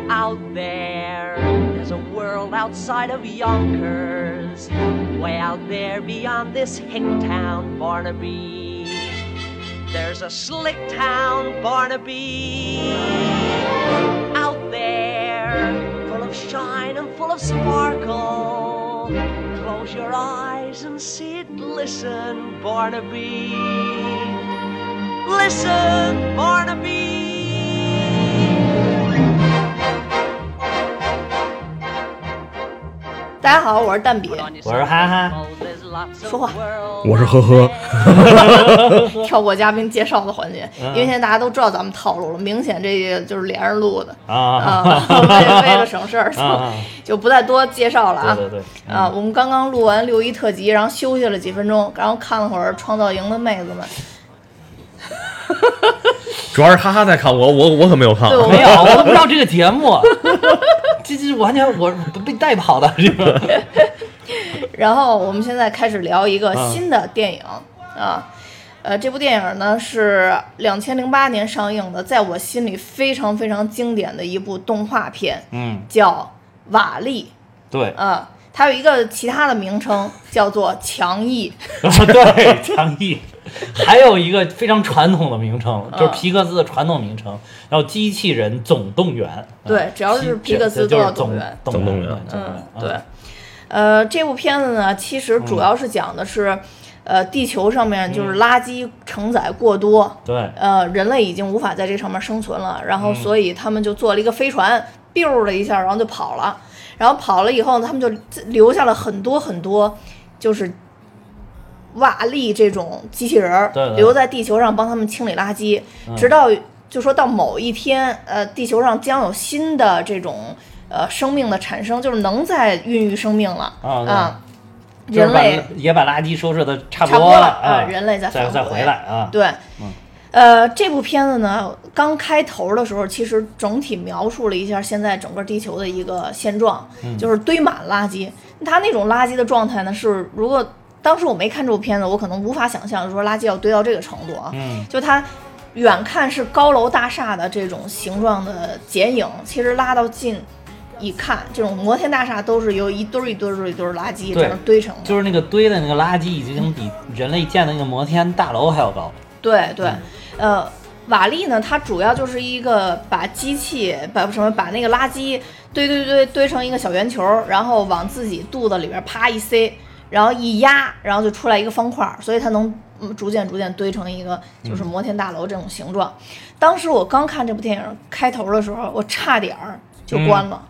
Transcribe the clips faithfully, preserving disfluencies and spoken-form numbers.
Out there, there's a world outside of Yonkers, way out there beyond this hick town, Barnaby. There's a slick town, Barnaby. Out there, full of shine and full of sparkle. Close your eyes and see it glisten, Barnaby. Listen, Barnaby. 大家好，我是蛋比， 我是哈哈， 说话， 我是呵呵。 跳过嘉宾介绍的环节，因为现在大家都知道咱们套路了，明显这个就是连着录的啊，啊为为了省事儿，就就不再多介绍了啊。 对对对，嗯、 啊，我们刚刚录完六一特辑，然后休息了几分钟，然后看了会儿创造营的妹子们。 主要是哈哈在看我，我我可没有看， 没有，我都不知道这个节目，这这完全我被带跑的这个。 然后我们现在开始聊一个新的电影、嗯、啊，呃，这部电影呢是两千零八年上映的，在我心里非常非常经典的一部动画片， 嗯， 叫《瓦力》。 对， 啊、嗯，它有一个其他的名称叫做强毅。 对，强毅。还有一个非常传统的名称，就是皮克斯的传统名称，叫《机器人总动员》。 对，只要是皮克斯都要动员。 总动员， 嗯，对。呃，这部片子呢，其实主要是讲的是，嗯、呃，地球上面就是垃圾承载过多， 嗯、对， 呃，人类已经无法在这上面生存了，然后所以他们就做了一个飞船，biu的一下，然后就跑了，然后跑了以后，他们就留下了很多很多，就是瓦力这种机器人对对留在地球上帮他们清理垃圾， 嗯、 直到就说到某一天，呃，地球上将有新的这种。呃，生命的产生就是能再孕育生命了啊、 啊人类也把垃圾收拾的差不多了啊、 啊， 人类再再再回来啊。 对， 嗯， 呃，这部片子呢，刚开头的时候，其实整体描述了一下现在整个地球的一个现状， 嗯、 就是堆满垃圾。它那种垃圾的状态呢，是如果当时我没看这部片子，我可能无法想象，说垃圾要堆到这个程度啊。 嗯， 就它远看是高楼大厦的这种形状的剪影，其实拉到近。一看，这种摩天大厦都是由一堆一堆一堆垃圾这样堆成的， 就是那个堆的那个垃圾已经比人类建的那个摩天大楼还要高。 对对，嗯、呃，瓦力呢，它主要就是一个把机器把什么把那个垃圾堆堆堆堆成一个小圆球，然后往自己肚子里边啪一塞，然后一压，然后就出来一个方块，所以它能逐渐逐渐堆成一个就是摩天大楼这种形状。嗯、当时我刚看这部电影开头的时候，我差点儿就关了。嗯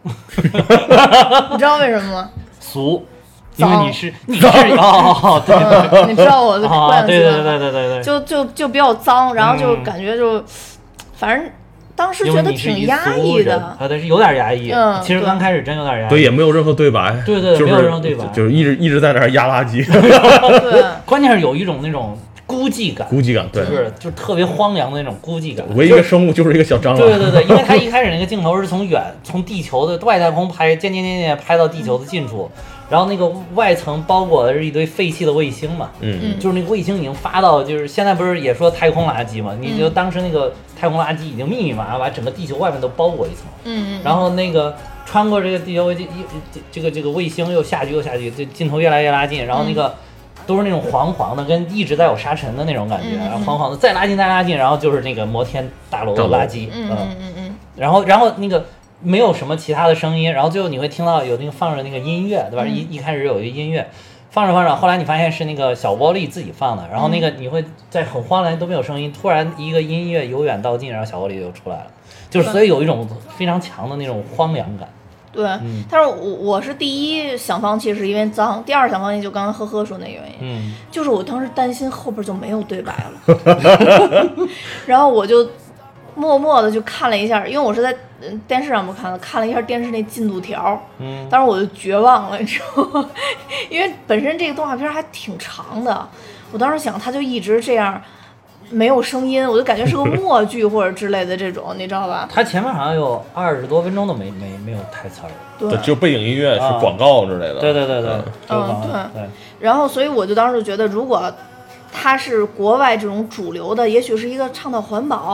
你知道为什么吗？ 俗，因为你是你是哦，对、 嗯，你知道我的惯性、哦，对对对对对对， 就就就比较脏，然后就感觉就，嗯、反正当时觉得挺压抑的， 啊，对，是有点压抑。嗯，其实刚开始真有点压抑， 对，也没有任何对白， 对对， 就是、 没有任何对白， 就是一直一直在那儿压垃圾。 对， 关键是有一种那种。孤寂感， 孤寂感，对， 就是就是特别荒凉的那种孤寂感。 唯一的生物就是一个小蟑螂。 对对对，因为它一开始那个镜头是从远从地球的外太空拍，渐渐渐渐拍到地球的近处，然后那个外层包裹的是一堆废弃的卫星嘛， 嗯， 就是那个卫星已经发到，就是现在不是也说太空垃圾嘛？你就当时那个太空垃圾已经密密麻麻把整个地球外面都包裹一层， 嗯， 然后那个穿过这个地球这这个这个卫星又下去又下去，这镜头越来越拉近，然后那个。都是那种黄黄的，跟一直在有沙尘的那种感觉， 嗯、 然后黄黄的，再拉近再拉近，然后就是那个摩天大楼的垃圾， 嗯嗯嗯嗯， 然后然后那个没有什么其他的声音，然后最后你会听到有那个放着那个音乐，对吧？ 嗯、 一一开始有一个音乐，放着放着，后来你发现是那个小玻璃自己放的，然后那个你会在很荒凉都没有声音，突然一个音乐由远到近，然后小玻璃就出来了，就是所以有一种非常强的那种荒凉感。 对，嗯、但是我我是第一想放弃是因为脏，第二想放弃就刚刚呵呵说那原因， 嗯， 就是我当时担心后边就没有对白了，然后我就默默的就看了一下，因为我是在电视上不看的，看了一下电视那进度条， 嗯， 当时我就绝望了，你知道吗？因为本身这个动画片还挺长的，我当时想它就一直这样。没有声音，我就感觉是个默剧或者之类的这种，你知道吧？ 它前面好像有二十多分钟都没没没有台词儿， 对， 只有背景音乐是广告之类的。 啊、对对对对， 嗯对对。 然后，所以我就当时觉得，如果它是国外这种主流的，也许是一个倡导环保，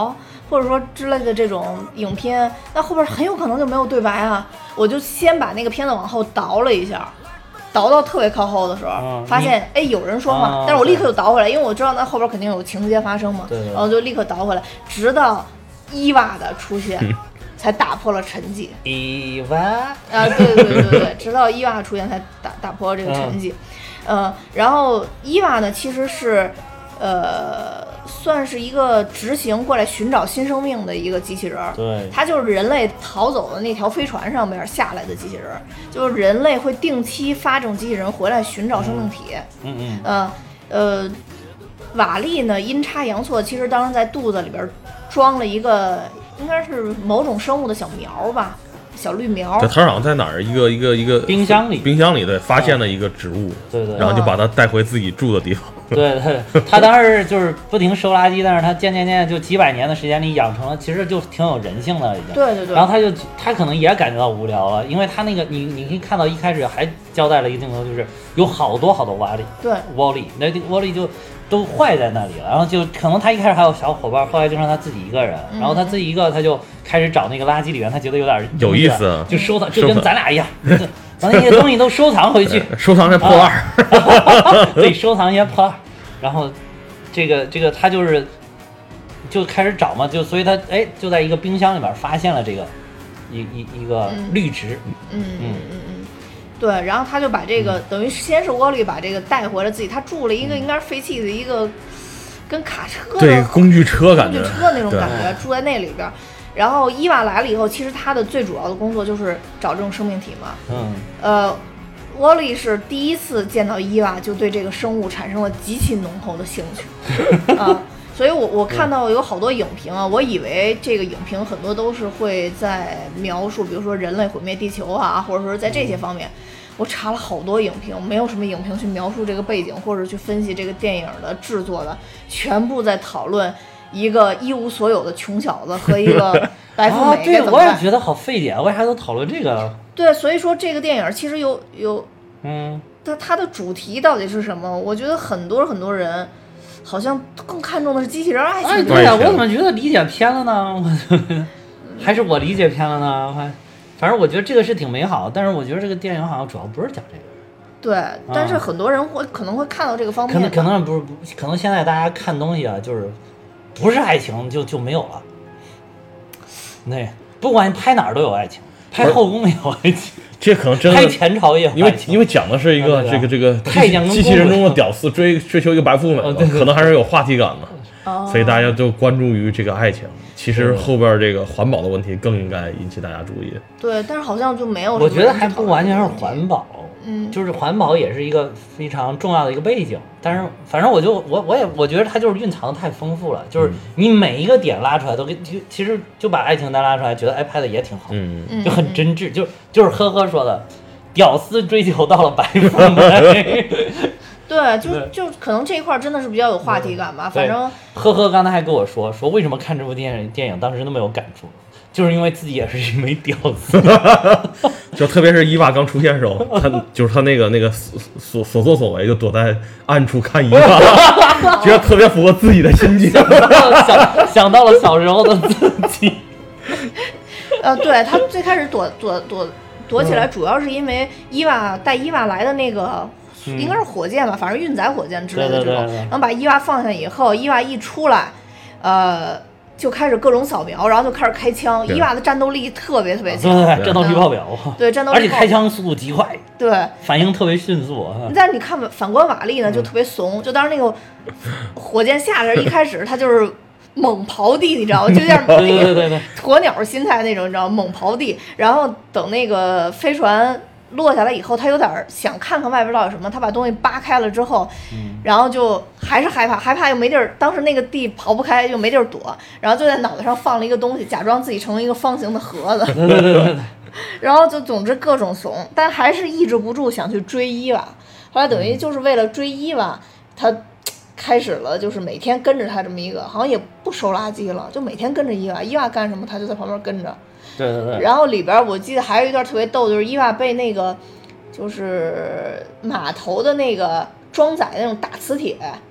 或者说之类的这种影片，那后边很有可能就没有对白啊。我就先把那个片子往后倒了一下，倒到特别靠后的时候， 嗯、 发现哎有人说话， 啊、 但是我立刻就倒回来，因为我知道那后边肯定有情节发生嘛， 对对对， 然后就立刻倒回来，直到伊娃的出现。嗯才打破了沉寂。 伊娃啊，对对对对对，直到伊娃出现才打打破了这个沉寂。嗯、呃，然后伊娃呢，其实是呃，算是一个执行过来寻找新生命的一个机器人。 对， 它就是人类逃走的那条飞船上面下来的机器人，就是人类会定期发这种机器人回来寻找生命体。 嗯嗯。 呃呃，瓦力呢阴差阳错，其实当时在肚子里边装了一个。应该是某种生物的小苗吧，小绿苗。 对，他好像在哪儿一个一个一个冰箱里， 冰箱里对发现了一个植物， 对对， 然后就把它带回自己住的地方。 对对，他当时就是不停收垃圾，但是他渐渐渐就几百年的时间里养成了，其实就挺有人性的已经。 对对对。 然后他就他可能也感觉到无聊了，因为他那个你你可以看到一开始还交代了一个镜头，就是有好多好多瓦力， 对， 沃利，那沃利就。都坏在那里了，然后就可能他一开始还有小伙伴，后来就剩他自己一个人， 嗯、 然后他自己一个，他就开始找那个垃圾里面，他觉得有点有意思， 就收藏，就跟咱俩一样，把那些东西都收藏回去， 收藏些破烂， 啊、对，收藏一些破烂，然后这个这个他就是就开始找嘛，就所以他哎就在一个冰箱里面发现了这个一一一个绿植， 嗯嗯嗯嗯。对，然后他就把这个、嗯、等于先是沃利把这个带回了自己，他住了一个应该是废弃的一个跟卡车的对工具车感觉， 工具车那种感觉，住在那里边。然后伊娃来了以后，其实他的最主要的工作就是找这种生命体嘛。 嗯。 呃，沃利是第一次见到伊娃，就对这个生物产生了极其浓厚的兴趣啊。呃所以我，我我看到有好多影评啊，我以为这个影评很多都是会在描述，比如说人类毁灭地球啊，或者说在这些方面。我查了好多影评，没有什么影评去描述这个背景，或者去分析这个电影的制作的，全部在讨论一个一无所有的穷小子和一个白富美该怎么办。 啊、对，我也觉得好费点，为啥都讨论这个？ 对，所以说这个电影其实有有， 嗯， 它它的主题到底是什么？我觉得很多很多人。好像更看重的是机器人爱情。 哎，对呀、啊，我怎么觉得理解偏了呢？我还是我理解偏了呢？反正我觉得这个是挺美好，但是我觉得这个电影好像主要不是讲这个。 对，但是很多人会、嗯、可能会看到这个方面。 可能可能不是，可能现在大家看东西啊，就是不是爱情就就没有了。对，不管拍哪儿都有爱情，拍后宫也有爱情。 这可能真的， 拍前朝也有， 因为因为讲的是一个、啊、这个这个机器人中的屌丝追追求一个白富美、 哦、对对对， 可能还是有话题感的、 哦， 所以大家就关注于这个爱情。其实后边这个环保的问题更应该引起大家注意。 对，但是好像就没有。 我觉得还不完全是环保， 嗯， 就是环保也是一个非常重要的一个背景。但是反正我就我我也我觉得它就是蕴藏的太丰富了，就是你每一个点拉出来都给，其实就把爱情单拉出来，觉得哎拍的也挺好， 嗯， 就很真挚，就就是呵呵说的。屌丝追求到了白富美， 对，就就可能这一块真的是比较有话题感吧。反正呵呵，刚才还跟我说说为什么看这部电影电影当时那么有感触，就是因为自己也是一枚屌丝。 就特别是伊娃刚出现的时候，他就是他那个那个所所作所为，就躲在暗处看伊娃，觉得特别符合自己的心境。 想想到了小时候的自己。 呃，对他最开始躲躲躲。躲起来主要是因为伊娃带伊娃来的那个、嗯、应该是火箭吧，反正运载火箭之类的这种， 对对对对， 然后把伊娃放下以后，伊娃一出来，呃，就开始各种扫描，然后就开始开枪。伊娃的战斗力特别特别强， 对对对，战斗力爆表， 对战斗力， 而且开枪速度极快， 对， 反应特别迅速。 但是你看反观瓦力呢，就特别怂，嗯、就当时那个火箭下来一开始他就是。猛刨地，你知道吗？就像那个鸵鸟心态那种，你知道吗？猛刨地，然后等那个飞船落下来以后，他有点想看看外边到底什么，他把东西扒开了之后， 嗯、 然后就还是害怕，害怕又没地儿，当时那个地刨不开，又没地儿躲，然后就在脑袋上放了一个东西，假装自己成了一个方形的盒子。 对对对对。 然后就总之各种怂，但还是抑制不住想去追伊娃。后来等于就是为了追伊娃，他。开始了，就是每天跟着他这么一个，好像也不收垃圾了，就每天跟着伊娃，伊娃干什么他就在旁边跟着。 对对对。 然后里边我记得还有一段特别逗，就是伊娃被那个就是码头的那个装载那种大磁铁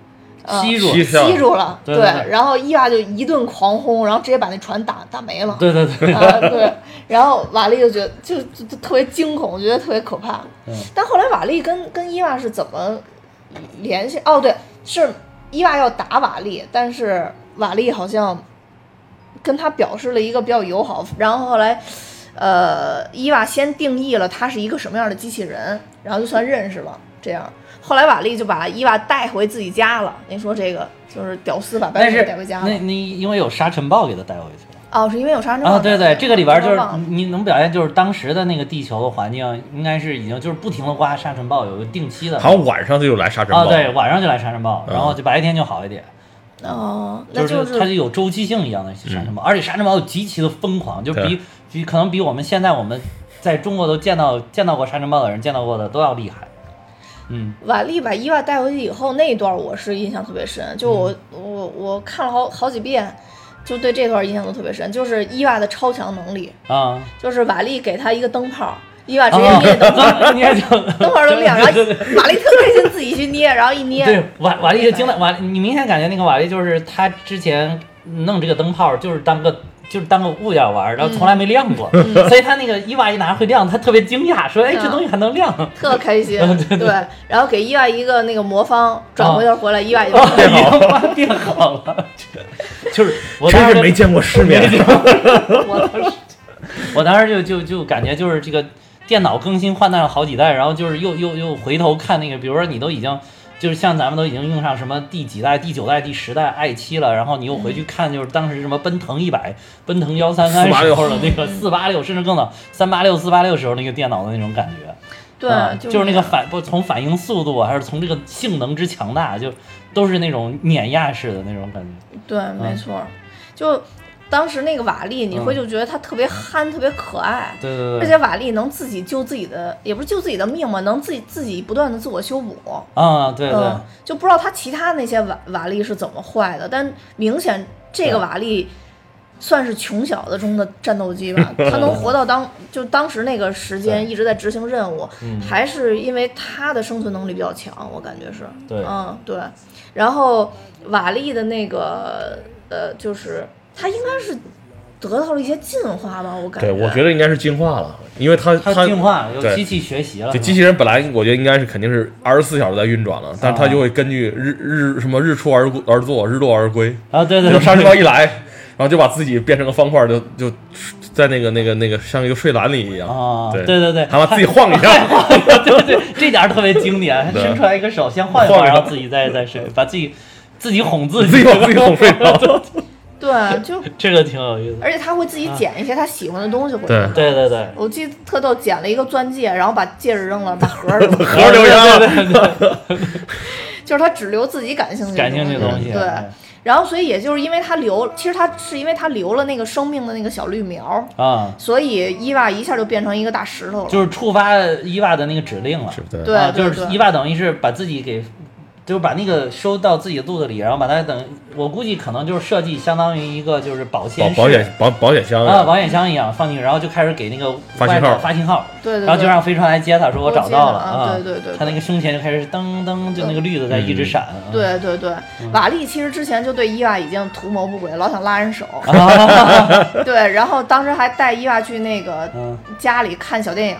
吸住吸吸住了， 对对对然后伊娃就一顿狂轰，然后直接把那船打打没了。 对对对， 啊对，然后瓦力就觉得就就就特别惊恐，觉得特别可怕。 嗯， 但后来瓦力跟跟伊娃是怎么联系？哦，对，是伊娃要打瓦力，但是瓦力好像跟他表示了一个比较友好，然后后来。呃，伊娃先定义了他是一个什么样的机器人，然后就算认识了。这样，后来瓦力就把伊娃带回自己家了。您说这个就是屌丝把白人带回家了。 那那因为有沙尘暴给他带回去了。 哦，是因为有沙尘暴。 啊，对对，这个里边就是你能表现，就是当时的那个地球的环境，应该是已经就是不停的刮沙尘暴，有个定期的。 好像晚上就来沙尘暴。 啊，对，晚上就来沙尘暴，然后就白天就好一点。 哦，那就是它就有周期性一样的沙尘暴，而且沙尘暴极其的疯狂，就比比可能比我们现在我们在中国都见到见到过沙尘暴的人见到过的都要厉害。嗯， 瓦力把伊娃带回去以后，那一段我是印象特别深，就我、嗯、我我看了好好几遍，就对这段印象都特别深，就是伊娃的超强能力啊， 就是瓦力给他一个灯泡。伊娃直接捏灯泡， 捏灯泡都亮，然后瓦力特开心，自己去捏，然后一捏， 对，瓦瓦力就惊了，瓦你明显感觉那个瓦力就是他之前弄这个灯泡就是当个就是当个物件玩，然后从来没亮过， 嗯、 所以他那个伊娃一拿会亮，他特别惊讶，说：“哎，这东西还能亮， 特开心。 对” 对，然后给伊娃一个那个魔方，转回头回来，伊娃就变好了，变好了，就是我真是没见过世面， 我当时我当时就就就感觉就是这个。电脑更新换代了好几代，然后就是又又又回头看那个，比如说你都已经就是像咱们都已经用上什么第几代、第九代、第十代 i 七了，然后你又回去看就是当时什么奔腾一百、奔腾幺三三时候的那个四八六，甚至更早三八六、四八六时候那个电脑的那种感觉。 对， 嗯、 就就是那个反不从反应速度还是从这个性能之强大，就都是那种碾压式的那种感觉。 对，没错，嗯、就。当时那个瓦力，你会就觉得他特别憨，嗯、特别可爱， 对对对， 而且瓦力能自己救自己的，也不是救自己的命嘛，能自己自己不断的自我修补啊，对对、 嗯，就不知道他其他那些瓦瓦力是怎么坏的，但明显这个瓦力算是穷小子中的战斗机吧，他能活到当就当时那个时间一直在执行任务，还是因为他的生存能力比较强，我感觉是， 对， 嗯对，然后瓦力的那个呃就是。他应该是得到了一些进化吧，我感觉。 对，我觉得应该是进化了，因为他他进化有机器学习了。 对，机器人本来我觉得应该是肯定是二十四小时在运转了，但是他就会根据日日什么日出而而作，日落而归啊，对对， 就沙尘暴一来，然后就把自己变成个方块，就就在那个那个那个像一个睡篮里一样啊， 对对对对， 还把自己晃一下， 对对，这点特别经典，伸出来一个手先晃一晃，然后自己再再睡，把自己自己哄自己， 自己把自己哄睡着。 对，就这个挺有意思， 而且他会自己捡一些他喜欢的东西回来。 对对对， 我记得特逗，捡了一个钻戒，然后把戒指扔了，把盒扔了， 盒留下了。 对对对， 就是他只留自己感兴趣感兴趣的东西。 对，然后所以也就是因为他留，其实他是因为他留了那个生命的那个小绿苗啊， 所以伊娃一下就变成一个大石头了， 就是触发伊娃的那个指令了。 对对，就是伊娃等于是把自己给。就是把那个收到自己的肚子里，然后把它等，我估计可能就是设计相当于一个就是保鲜保险保保险箱啊，保险箱一样放进去，然后就开始给那个发信号发信号， 对对， 然后就让飞船来接他，说我找到了啊，对对对， 他那个胸前就开始噔噔，就那个绿的在一直闪。 对对对，瓦力其实之前就对伊娃已经图谋不轨，老想拉人手，对，然后当时还带伊娃去那个家里看小电影。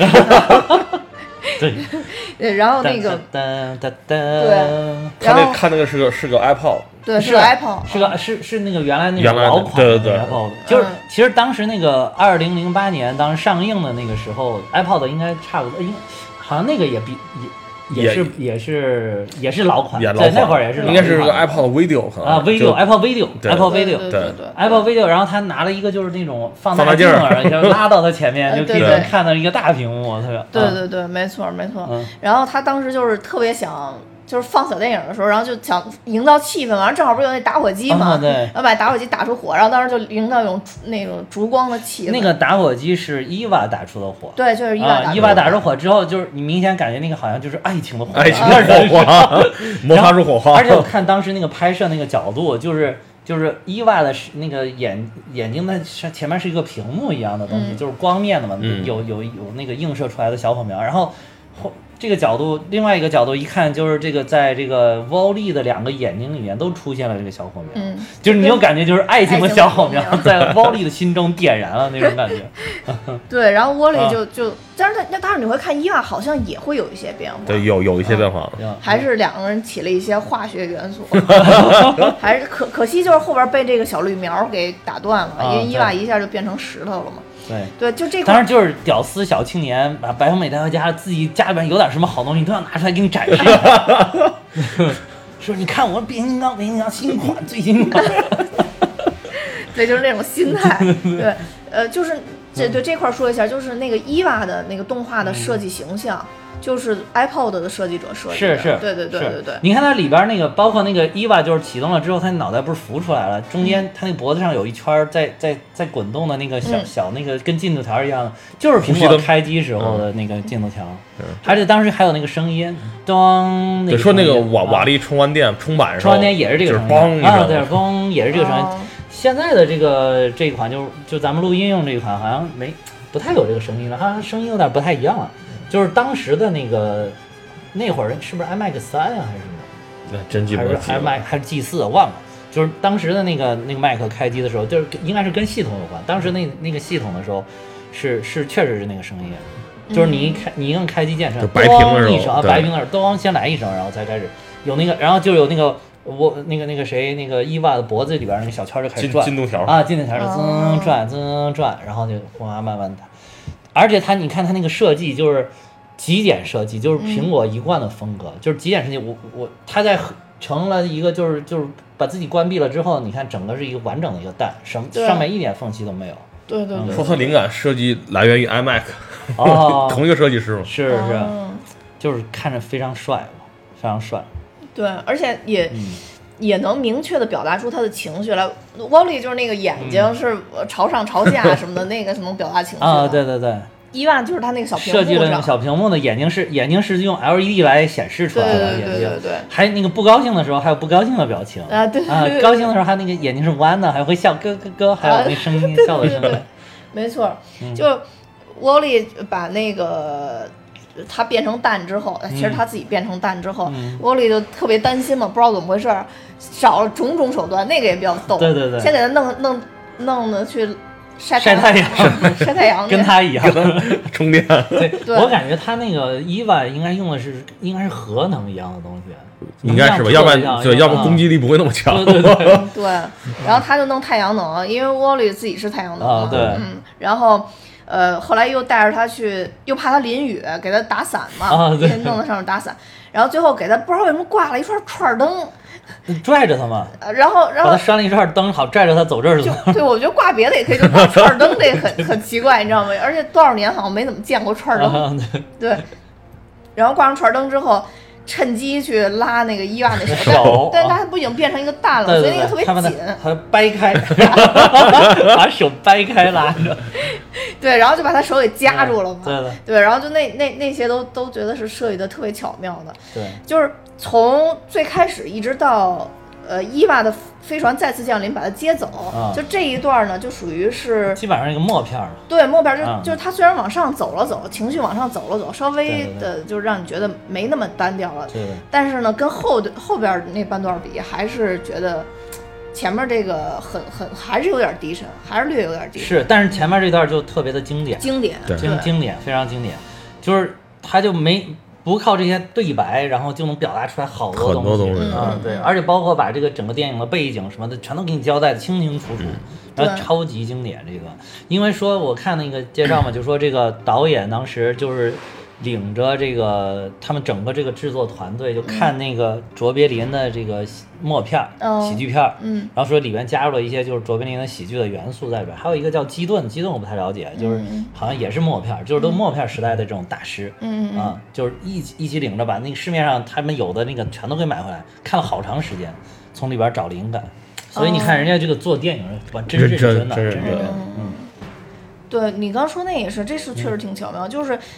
对， 然后那个， 噔噔噔， 对， 他那看那个是个是个 iPod， 对，是个 iPod， 是个是是那个原来那个老款的 iPod， 就是其实当时那个二零零八年当时上映的那个时候 ，iPod 应该差不多，应好像那个也比也。也是也是也是老款，在那会儿也是应该是个 iPod Video 可能啊 ，Video，iPod Video，iPod Video， 对 ，iPod Video，然后他拿了一个就是那种放大镜，然后拉到他前面就可以看到一个大屏幕，特别。 对对对，没错没错。然后他当时就是特别想。就是放小电影的时候，然后就想营造气氛嘛，然后正好不是有那打火机嘛， 啊、对， 然后把打火机打出火，然后当时就营造一种那种烛光的气氛。 那个打火机是伊娃打出的火， 对，就是伊娃打出的火。 啊、伊娃打出火之后，就是你明显感觉那个好像就是爱情的火， 爱情的火花，摩擦出火花。 而且我看当时那个拍摄那个角度，就是就是伊娃的那个眼眼睛的前面是一个屏幕一样的东西， 嗯、 就是光面的嘛， 嗯、 有有有那个映射出来的小火苗，然后后。 这个角度，另外一个角度一看，就是这个在这个沃利的两个眼睛里面都出现了这个小火苗， 嗯， 就是你有感觉，就是爱情的小火苗在沃利的心中点燃了那种感觉。 对，然后沃利就、 啊、 就，但是他那当然你会看伊娃好像也会有一些变化， 对，有有一些变化， 嗯、 还是两个人起了一些化学元素，还是可可惜就是后边被这个小绿苗给打断了， 啊、 因为伊娃一下就变成石头了嘛。 对对，就这块。 当然就是屌丝小青年，把白富美带回家，自己家里边有点什么好东西都要拿出来给你展示。说你看我变形金刚，变形金刚新款最新款。 对，就是那种心态。对，呃，就是这对这块说一下，就是那个伊娃的那个动画的设计形象。嗯，就是 iPod 的设计者设计的， 是是， 对对对对对。 你看它里边那个，包括那个伊娃，就是启动了之后，它脑袋不是浮出来了，中间它那脖子上有一圈在在在滚动的那个小、嗯、小那个跟进度条一样的，就是苹果开机时候的那个进度条，嗯、而且当时还有那个声音，咚，那个说那个瓦瓦力充完电充满， 充完电也是这个声音， 啊，对，嘣也是这个声音。哦、现在的这个这一款就就咱们录音用这一款好像没不太有这个声音了，好像声音有点不太一样了。就是当时的那个那会儿是不是 iMac 三啊还是什么？ 那真记不得。 还是 iMac 还是 G 四忘了。就是当时的那个那个 Mac 开机的时候，就是应该是跟系统有关。当时那那个系统的时候，是是确实是那个声音，就是你一开你一摁开机键声， 白屏的时候， 一声啊白屏的时候，咚先来一声，然后才开始有那个，然后就有那个我那个那个谁那个伊娃的脖子里边那个小圈就开始转进度条啊，进度条就滋转滋转，然后就哗慢慢的。而且它，你看它那个设计就是极简设计，就是苹果一贯的风格，嗯、就是极简设计。我我它在成了一个就是就是把自己关闭了之后，你看整个是一个完整的一个蛋，上上面一点缝隙都没有。 对对对。 说它灵感设计来源于 iMac， 哦， 同一个设计师嘛。 是是，哦、就是看着非常帅，非常帅。 对，而且也。 嗯也能明确的表达出他的情绪来。Wally 就是那个眼睛是朝上朝下什么的，那个是能表达情绪的。 啊，对对对。 伊万就是他那个小屏幕设计了那个小屏幕的眼睛是眼睛是用 L E D 来显示出来的眼睛， 对对对对。 还那个不高兴的时候还有不高兴的表情啊，对啊，高兴的时候他那个眼睛是弯的，还会笑咯咯咯，还有那声音笑的声音。 没错，就 Wally 把那个。他变成蛋之后，其实他自己变成蛋之后， 嗯、 沃利就特别担心嘛，不知道怎么回事，找了种种手段，那个也比较逗。 对对对， 先给他弄弄弄的去晒晒太阳， 晒太阳， 跟他一样充电。 对，对我感觉他那个伊娃应该用的是应该是核能一样的东西， 应该是吧？要不然对，要不然攻击力不会那么强。 对对对对，然后他就弄太阳能，因为沃利自己是太阳能啊，对， 嗯，然后。呃，后来又带着他去，又怕他淋雨，给他打伞嘛， 啊，对， 弄在上面打伞，然后最后给他不知道为什么挂了一串串灯， 拽着他嘛， 然后然后把他拴了一串灯，好拽着他走这儿去。 对，我觉得挂别的也可以，就挂串灯这很很奇怪，你知道吗？而且多少年好像没怎么见过串灯， 啊、 对，然后挂上串灯之后。趁机去拉那个伊娃那手， 手但他不已经变成一个蛋了， 对对对， 所以那个特别紧， 他掰开，把手掰开拉着， 对，然后就把他手给夹住了嘛， 对对对，然后就那那那些都都觉得是设计的特别巧妙的， 对， 就是从最开始一直到呃伊娃的飞船再次降临，把他接走， 啊、 就这一段呢，就属于是基本上一个默片了。 对，默片就、 啊、 就是他虽然往上走了走，情绪往上走了走，稍微的对对对就是让你觉得没那么单调了。 对对。 但是呢，跟后后边那半段比，还是觉得前面这个很很还是有点低沉，还是略有点低沉。 是，但是前面这段就特别的经典， 经典， 经经典，非常经典，就是他就没。不靠这些对白，然后就能表达出来好多东西，很多东西啊、嗯，对，而且包括把这个整个电影的背景什么的，全都给你交代的清清楚楚，然后超级经典。这个，因为说我看那个介绍嘛，就说这个导演当时就是领着这个他们整个这个制作团队，就看那个卓别林的这个默片、 嗯、 喜剧片， 嗯， 然后说里面加入了一些就是卓别林的喜剧的元素在里边，还有一个叫基顿，基顿我不太了解，就是好像也是默片，就是都默片时代的这种大师， 嗯啊，就是一起一起领着把那个市面上他们有的那个全都给买回来，看了好长时间，从里边找灵感，所以你看人家这个做电影完真是真的，真是真的，嗯。 对你刚说那也是，这是确实挺巧妙，就是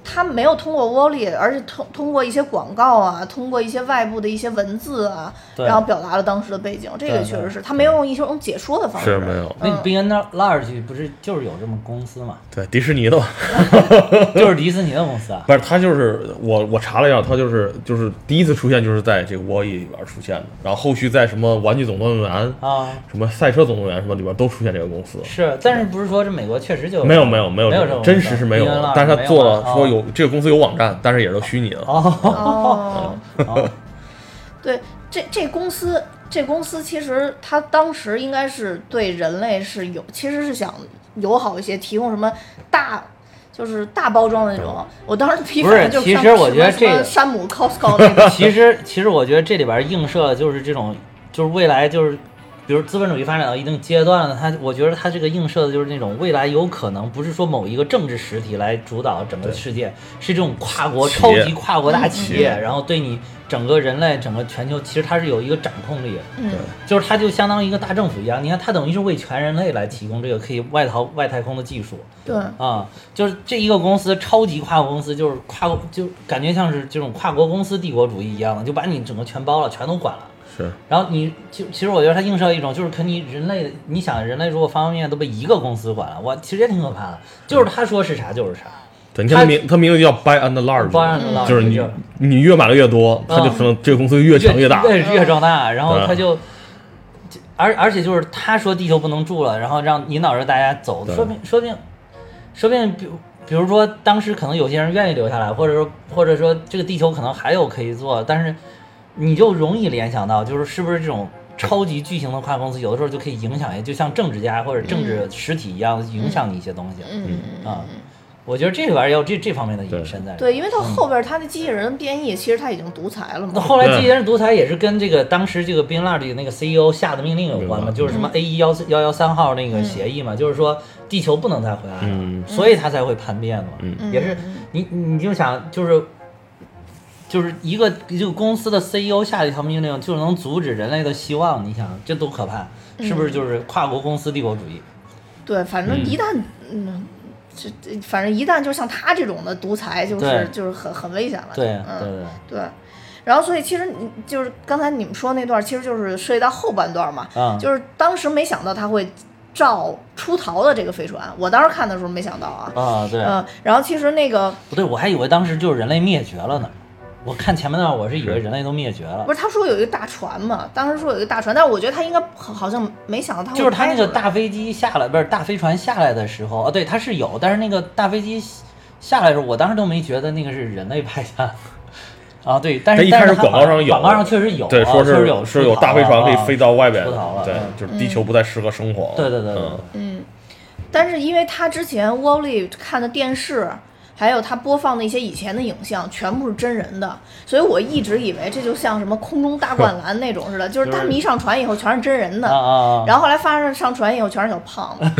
他没有通过窝里，而是通通过一些广告啊，通过一些外部的一些文字啊，然后表达了当时的背景。这个确实是他没有用一种解说的方式， 是没有。 那 Big and Large 不是就是有这么公司嘛？ 对，迪士尼的， 就是迪士尼的公司啊。 不是，他就是我我查了一下，他就是就是第一次出现就是在这个 Wall-E 里边出现的，然后后续在什么玩具总动员啊、 什么赛车总动员什么里边都出现这个公司。 是，但是不是说这美国确实就没有没有没有没有这种真实是没有的，但是他做了说有这个公司有网站，但是也是虚拟的。 哦哦，对，这这公司这公司其实他当时应该是对人类是有，其实是想友好一些，提供什么大。就是大包装的那种，我当时批判就是其实我觉得这个山姆 Costco 那个， 其实其实我觉得这里边映射的就是这种，就是未来就是，比如资本主义发展到一定阶段了，它我觉得它这个映射的就是那种未来有可能不是说某一个政治实体来主导整个世界，是这种跨国超级跨国大企业，然后对你整个人类整个全球，其实它是有一个掌控力， 嗯， 就是它就相当于一个大政府一样，你看它等于是为全人类来提供这个可以外逃外太空的技术， 对啊，就是这一个公司超级跨国公司，就是跨国就感觉像是这种跨国公司帝国主义一样的，就把你整个全包了，全都管了。 是， 然后你就其实我觉得它映射一种就是可你人类，你想人类如果方方面面都被一个公司管了，哇，其实也挺可怕的，就是他说是啥就是啥。 对，你看它名，它名字叫 By and Large， 就是你你越买的越多，它就可能这个公司越强越大， 越越壮大，然后它就，而而且就是他说地球不能住了，然后让引导着大家走，说不定说不定说不定比比如说当时可能有些人愿意留下来，或者说或者说这个地球可能还有可以做，但是你就容易联想到就是是不是这种超级巨型的跨公司有的时候就可以影响，就像政治家或者政治实体一样影响你一些东西， 嗯啊。我觉得这里边也有这这方面的引申在。 对，因为它后边它的机器人变异，其实它已经独裁了嘛。 那后来机器人独裁也是跟这个当时这个 Bin Laden 那个 C E O 下的命令有关嘛，就是什么 A 一幺幺幺三号那个协议嘛，就是说地球不能再回来了，所以它才会叛变嘛。也是你你就想就是就是一个这个公司的 C E O 下的一条命令，就能阻止人类的希望，你想这多可怕？是不是就是跨国公司帝国主义？ 对，反正一旦嗯。这反正一旦就像他这种的独裁，就是就是很很危险了。 对， 嗯， 对对对。然后，所以其实你就是刚才你们说那段，其实就是涉及到后半段嘛。 嗯。 就是当时没想到他会照出逃的这个飞船，我当时看的时候没想到啊。 啊，对。 嗯，然后其实那个不对，我还以为当时就是人类灭绝了呢。我看前面那段，我是以为人类都灭绝了。 不是，他说有一个大船嘛，当时说有一个大船，但是我觉得他应该好像没想到他会就是他那个大飞机下来，不是大飞船下来的时候，哦，对，他是有，但是那个大飞机下来的时候，我当时都没觉得那个是人类派下的。啊，对，但是一开始广告上有， 广告上确实有， 对，说是有是有大飞船可以飞到外边， 出逃了， 对，就是地球不再适合生活。 对对对对， 嗯，但是因为他之前 Wall-E 看的电视。还有他播放的一些以前的影像，全部是真人的，所以我一直以为这就像什么空中大灌篮那种似的，就是他们一上船以后全是真人的，然后后来发现上船以后全是小胖子，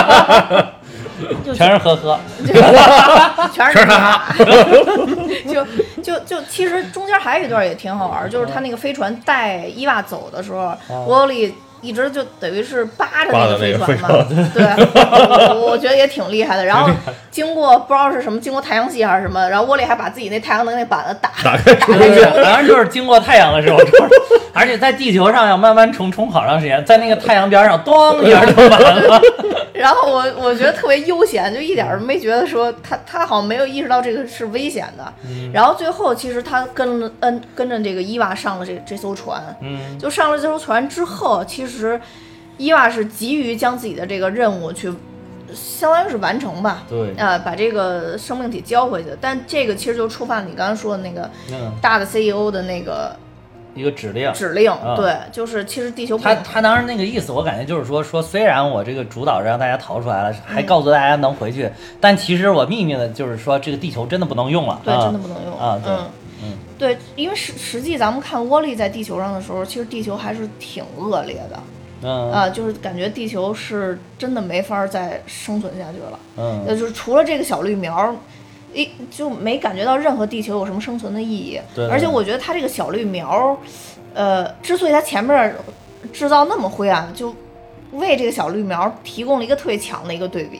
全是呵呵， 全是哈哈，就就就其实中间还有一段也挺好玩，就是他那个飞船带伊娃走的时候，沃利。一直就等于是扒着那个飞船嘛，对，我我觉得也挺厉害的。然后经过不知道是什么，经过太阳系还是什么，然后沃利还把自己那太阳能那板子打打开出去， 反正就是经过太阳的时候，而且在地球上要慢慢冲冲好长时间，在那个太阳边上咚一下就完了。 然后我我觉得特别悠闲，就一点没觉得说他他好像没有意识到这个是危险的。 嗯、 然后最后其实他跟着嗯跟着这个伊娃上了这这艘船， 嗯， 就上了这艘船之后，其实。其实，伊娃是急于将自己的这个任务去，相当于是完成吧。 对。 啊、呃，把这个生命体交回去。但这个其实就触犯你刚刚说的那个大的 C E O 的那个一个指令。 指令， 嗯、 对，就是其实地球他他当时那个意思，我感觉就是说说，虽然我这个主导让大家逃出来了，还告诉大家能回去，嗯、但其实我秘密的就是说，这个地球真的不能用了。 对， 啊、 真的不能用啊。对。 嗯。嗯对，因为实实际咱们看沃利在地球上的时候，其实地球还是挺恶劣的， 嗯啊，就是感觉地球是真的没法再生存下去了， 嗯， 就是除了这个小绿苗，一就没感觉到任何地球有什么生存的意义。 对， 而且我觉得它这个小绿苗，呃，之所以它前面制造那么灰暗，就为这个小绿苗提供了一个特别强的一个对比。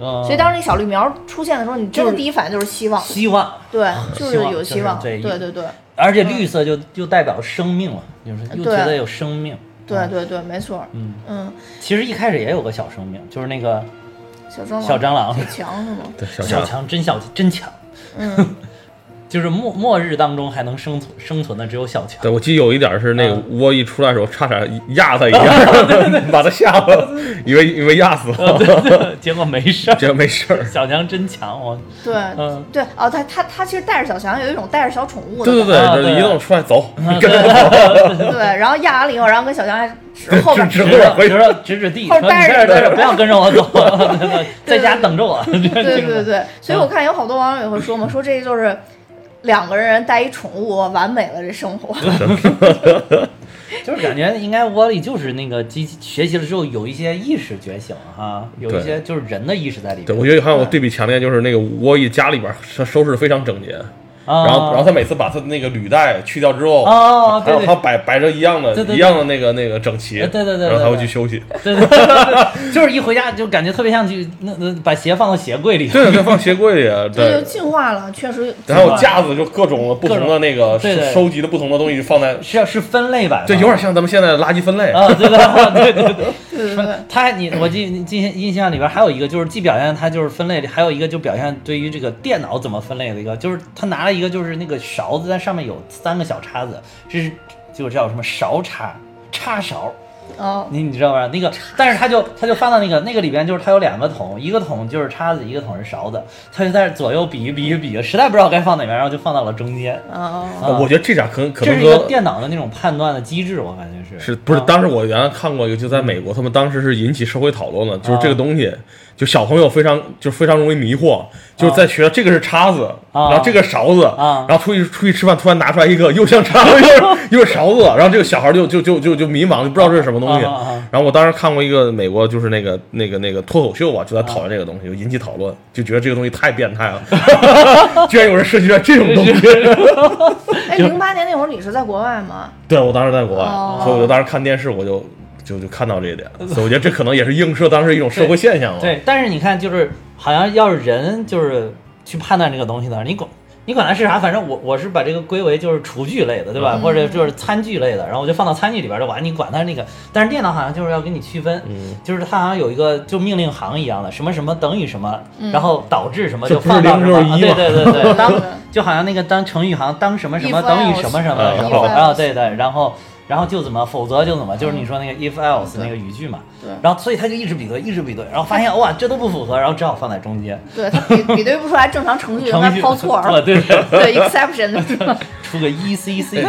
嗯、 所以当时那小绿苗出现的时候，你真的就是第一反应就是希望， 希望， 对，就是有希望， 就是、 对对对。 而且绿色就就代表生命了，就是又觉得有生命。 对对对，没错。 嗯嗯， 其实一开始也有个小生命，就是那个小蟑螂， 小蟑螂， 小强是吗？ 对，小小强真小真强。 嗯。 就是末末日当中还能生存生存的只有小强。 对，我记得有一点是那个窝一出来的时候，差点压他一下，把他吓了，以为以为压死了， 对对对，结果没事儿， 结果没事儿。 小强真强，我对，嗯，对哦，他他他其实带着小强有一种带着小宠物的， 对对对， 啊、 对一动出来走， 啊、 跟着走， 对，然后压完了以后，然后跟小强还指后边指指着指着指指地，说你在这在这不要跟着我走，在家等着我。 对对对对，所以我看有好多网友也会说嘛，说这就是。两个人带一宠物，完美了这生活。 就是感觉应该窝里就是那个机器学习了之后有一些意识觉醒了哈，有一些就是人的意识在里面。 对，我觉得还有对比强烈，就是那个窝一家里边收拾的非常整洁。然后，然后他每次把他的那个履带去掉之后， 哦， 还有他摆摆着一样的、一样的那个那个整齐， 对对对， 然后他会去休息， 对对对，就是一回家就感觉特别像去那那把鞋放到鞋柜里， 对对，放鞋柜里，对， 就进化了，确实。 然后架子就各种不同的那个收集的不同的东西放在， 是是分类吧？ 对，有点像咱们现在的垃圾分类啊，对对对对对对对。 他还你我记记印象里边还有一个就是既表现他就是分类，还有一个就表现对于这个电脑怎么分类的一个，就是他拿了一个就是那个。勺子在上面有三个小叉子，这是就叫什么勺叉叉勺。 哦， 你你知道吧？那个，但是他就他就放到那个那个里边，就是他有两个桶，一个桶就是叉子，一个桶是勺子，他就在左右比一比一比，实在不知道该放哪边，然后就放到了中间。 哦， 啊、 我觉得这点可能可能这是一个电脑的那种判断的机制，我感觉是是不是？当时我原来看过一个，就在美国，他们当时是引起社会讨论了，就是这个东西。就小朋友非常就非常容易迷惑，就是在学这个是叉子， 啊、 然后这个勺子， 啊、 然后出去出去吃饭，突然拿出来一个又像叉子又是又是勺子，然后这个小孩就就就就就迷茫，就不知道这是什么东西。 啊啊、 然后我当时看过一个美国就是那个那个那个脱口秀啊，就在讨论这个东西，就引起讨论，就觉得这个东西太变态了，居然有人设计出来这种东西。 哎，零八年那会儿你是在国外吗？ 对，我当时在国外， 哦、 所以我就当时看电视我就。就就看到这一点，所以我觉得这可能也是映射当时一种社会现象了。 对，对，但是你看，就是好像要是人就是去判断这个东西的，你管你管它是啥，反正我我是把这个归为就是厨具类的，对吧？嗯、或者就是餐具类的，然后我就放到餐具里边就完，你管它那个。但是电脑好像就是要给你区分， 嗯、 就是它好像有一个就命令行一样的，什么什么等于什么， 嗯、 然后导致什么就放到什么， 啊、 对对对对，当就好像那个当成语好像当什么什么等于什么什么的时候，然后对对，然后。然后就怎么，否则就怎么，就是你说那个 if else 那个语句嘛。 对。 然后所以他就一直比对，一直比对，然后发现哇，这都不符合，然后只好放在中间。 对他比比对不出来正常程序，应该抛错了。 对对对 exception 出个 E C C。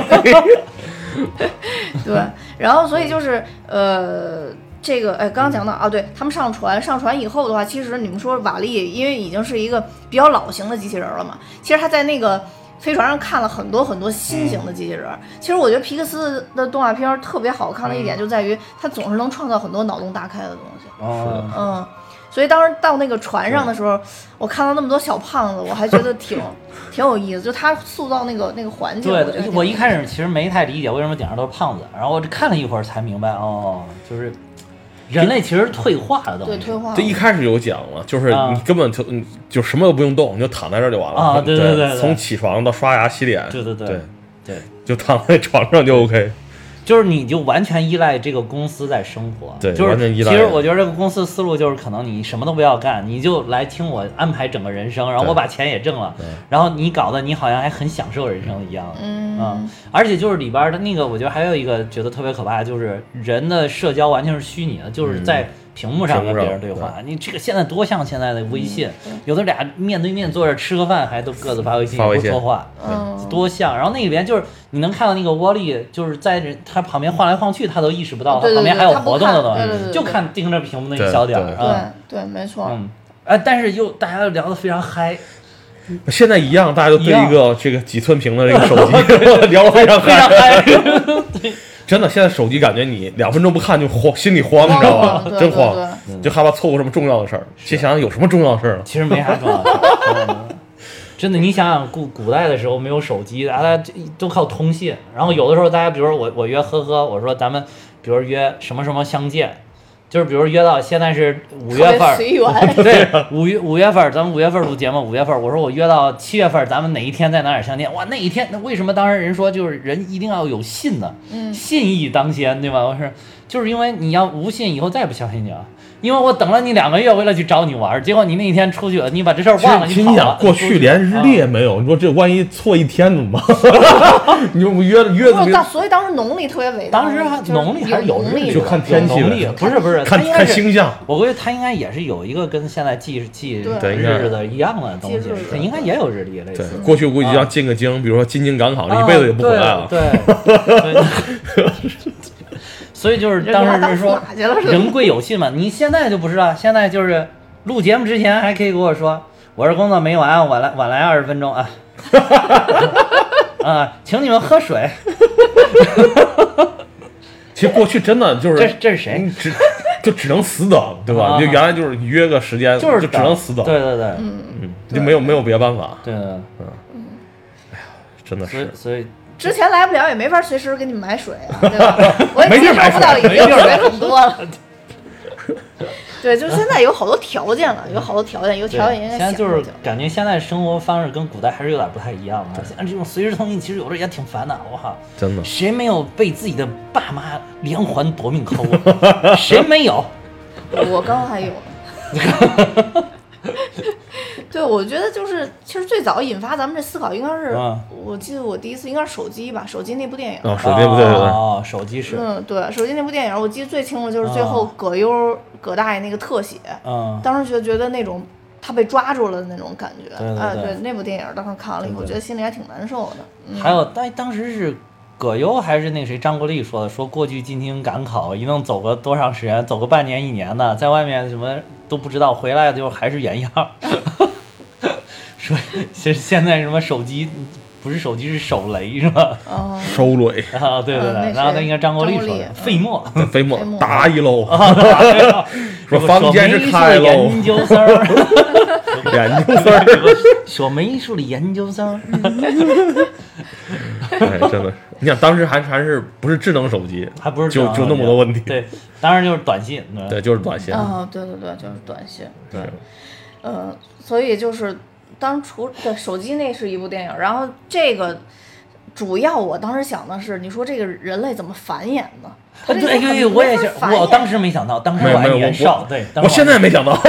对，然后所以就是呃。这个哎，刚刚讲到啊，对他们上船，上船以后的话，其实你们说瓦力，因为已经是一个比较老型的机器人了嘛，其实他在那个飞船上看了很多很多新型的机器人。嗯、其实我觉得皮克斯的动画片特别好看的一点就在于，它总是能创造很多脑洞大开的东西。 哦， 嗯，所以当时到那个船上的时候，我看到那么多小胖子，我还觉得挺挺有意思，就他塑造那个那个环境。 对的，我一开始其实没太理解为什么顶上都是胖子，然后我这看了一会儿才明白，哦，就是。人类其实退化的东西， 对退化。 这一开始有讲了，就是你根本就、啊、就什么都不用动，你就躺在这儿就完了啊！对对 对, 对， 从起床到刷牙洗脸， 对对对对对， 就躺在床上就 OK。 就是你就完全依赖这个公司在生活， 对， 就是完全依赖。 其实我觉得这个公司思路就是可能你什么都不要干，你就来听我安排整个人生，然后我把钱也挣了，然后你搞得你好像还很享受人生一样， 嗯、 啊，而且就是里边的那个，我觉得还有一个觉得特别可怕，就是人的社交完全是虚拟的，就是在屏幕上跟别人对话。 嗯、 你这个现在多像现在的微信，嗯、有的俩面对面坐着吃个饭还都各自发微信不说话， 嗯、 多像。然后那里边就是你能看到那个窝利，就是在他旁边晃来晃去，他都意识不到他旁边还有活动的东西， 对对对对， 就看盯着屏幕那一小点儿。 对 对, 对, 对, 对，没错。 嗯，哎，但是又大家聊得非常嗨。 现在一样，大家都对一个这个几寸屏的这个手机聊得非常非常嗨。 真的，现在手机感觉你两分钟不看就慌，心里慌，你知道吧？真慌，就害怕错过什么重要的事儿。先想想有什么重要的事儿呢？ 其实没啥重要的事儿。真的，你想想古古代的时候没有手机，大家都靠通信。然后有的时候大家，比如说我我约呵呵，我说咱们，比如约什么什么相见。 就是比如约到现在是五月份， 随缘。 对，五月五月份咱们五月份录节目，五月份我说我约到七月份，咱们哪一天在哪儿相见？哇，那一天那为什么当时人说就是人一定要有信呢？ 嗯， 信义当先，对吧？我说就是因为你要无信，以后再也不相信你了。因为我等了你两个月，为了去找你玩，结果你那一天出去了，你把这事儿忘了， 其实你跑了。 想过去连日历也没有，你说这万一错一天怎么办？你说我约约不是当，所以当时农历特别伟大。 当时还农历还是有日历， 就看天气农历，不是不是， 看看星象。 我估计他应该也是有一个跟现在记记日子的一样的东西，他应该也有日历类似。 对，过去估计要进个京，比如说进京赶考，这一辈子也不回来了。 对。所以就是当时是说人贵有信嘛，你现在就不是了，现在就是录节目之前还可以跟我说，我这工作没完，晚来晚来二十分钟啊，啊，请你们喝水。 其实过去真的就是这这是谁？ 只就只能死等，对吧？ 啊、 就原来就是约个时间， 就是就只能死等。 对对对， 嗯嗯，就没有没有别的办法。 对对， 嗯嗯，哎呀，真的是， 所以。 之前来不了也没法随时给你们买水啊，对吧？我也接受不到已经水很多了。对，就现在有好多条件了，有好多条件，有条件应该。 现在就是感觉现在生活方式跟古代还是有点不太一样的。现在这种随时通信，其实有的也挺烦的。我靠， 真的， 谁没有被自己的爸妈连环夺命抠？谁没有？ 我刚还有。对，我觉得就是，其实最早引发咱们这思考，应该是， 嗯、 我记得我第一次应该是手机吧，手机那部电影。 哦，手机那部电影。 哦，手机是。 嗯，对，手机那部电影，我记得最清楚就是最后葛优、葛大爷那个特写。 嗯。 当时觉得觉得那种他被抓住了的那种感觉， 对对对哎，对，那部电影当时看完了以后，觉得心里还挺难受的。嗯、 还有，当当时是葛优还是那谁张国立说的，说过去进京赶考，一弄走个多长时间，走个半年一年的，在外面什么都不知道，回来就还是原样。说现现在什么手机不是手机是手雷是吧？ 哦， 收雷啊，对对对，然后那应该张国立说的，费墨， 费墨打一喽， 说房间是开喽， 研究生儿， 研究生， 说美术的研究生。 哎，真的，你想当时还还是不是智能手机， 还不是就就那么多问题。 对，当然就是短信， 对，就是短信。 啊，对对对，就是短信。 对， 呃，所以就是当初的手机那是一部电影，然后这个主要我当时想的是，你说这个人类怎么繁衍呢？ 对对对，我也想，我当时没想到，当时我还年少，对， 我现在没想到。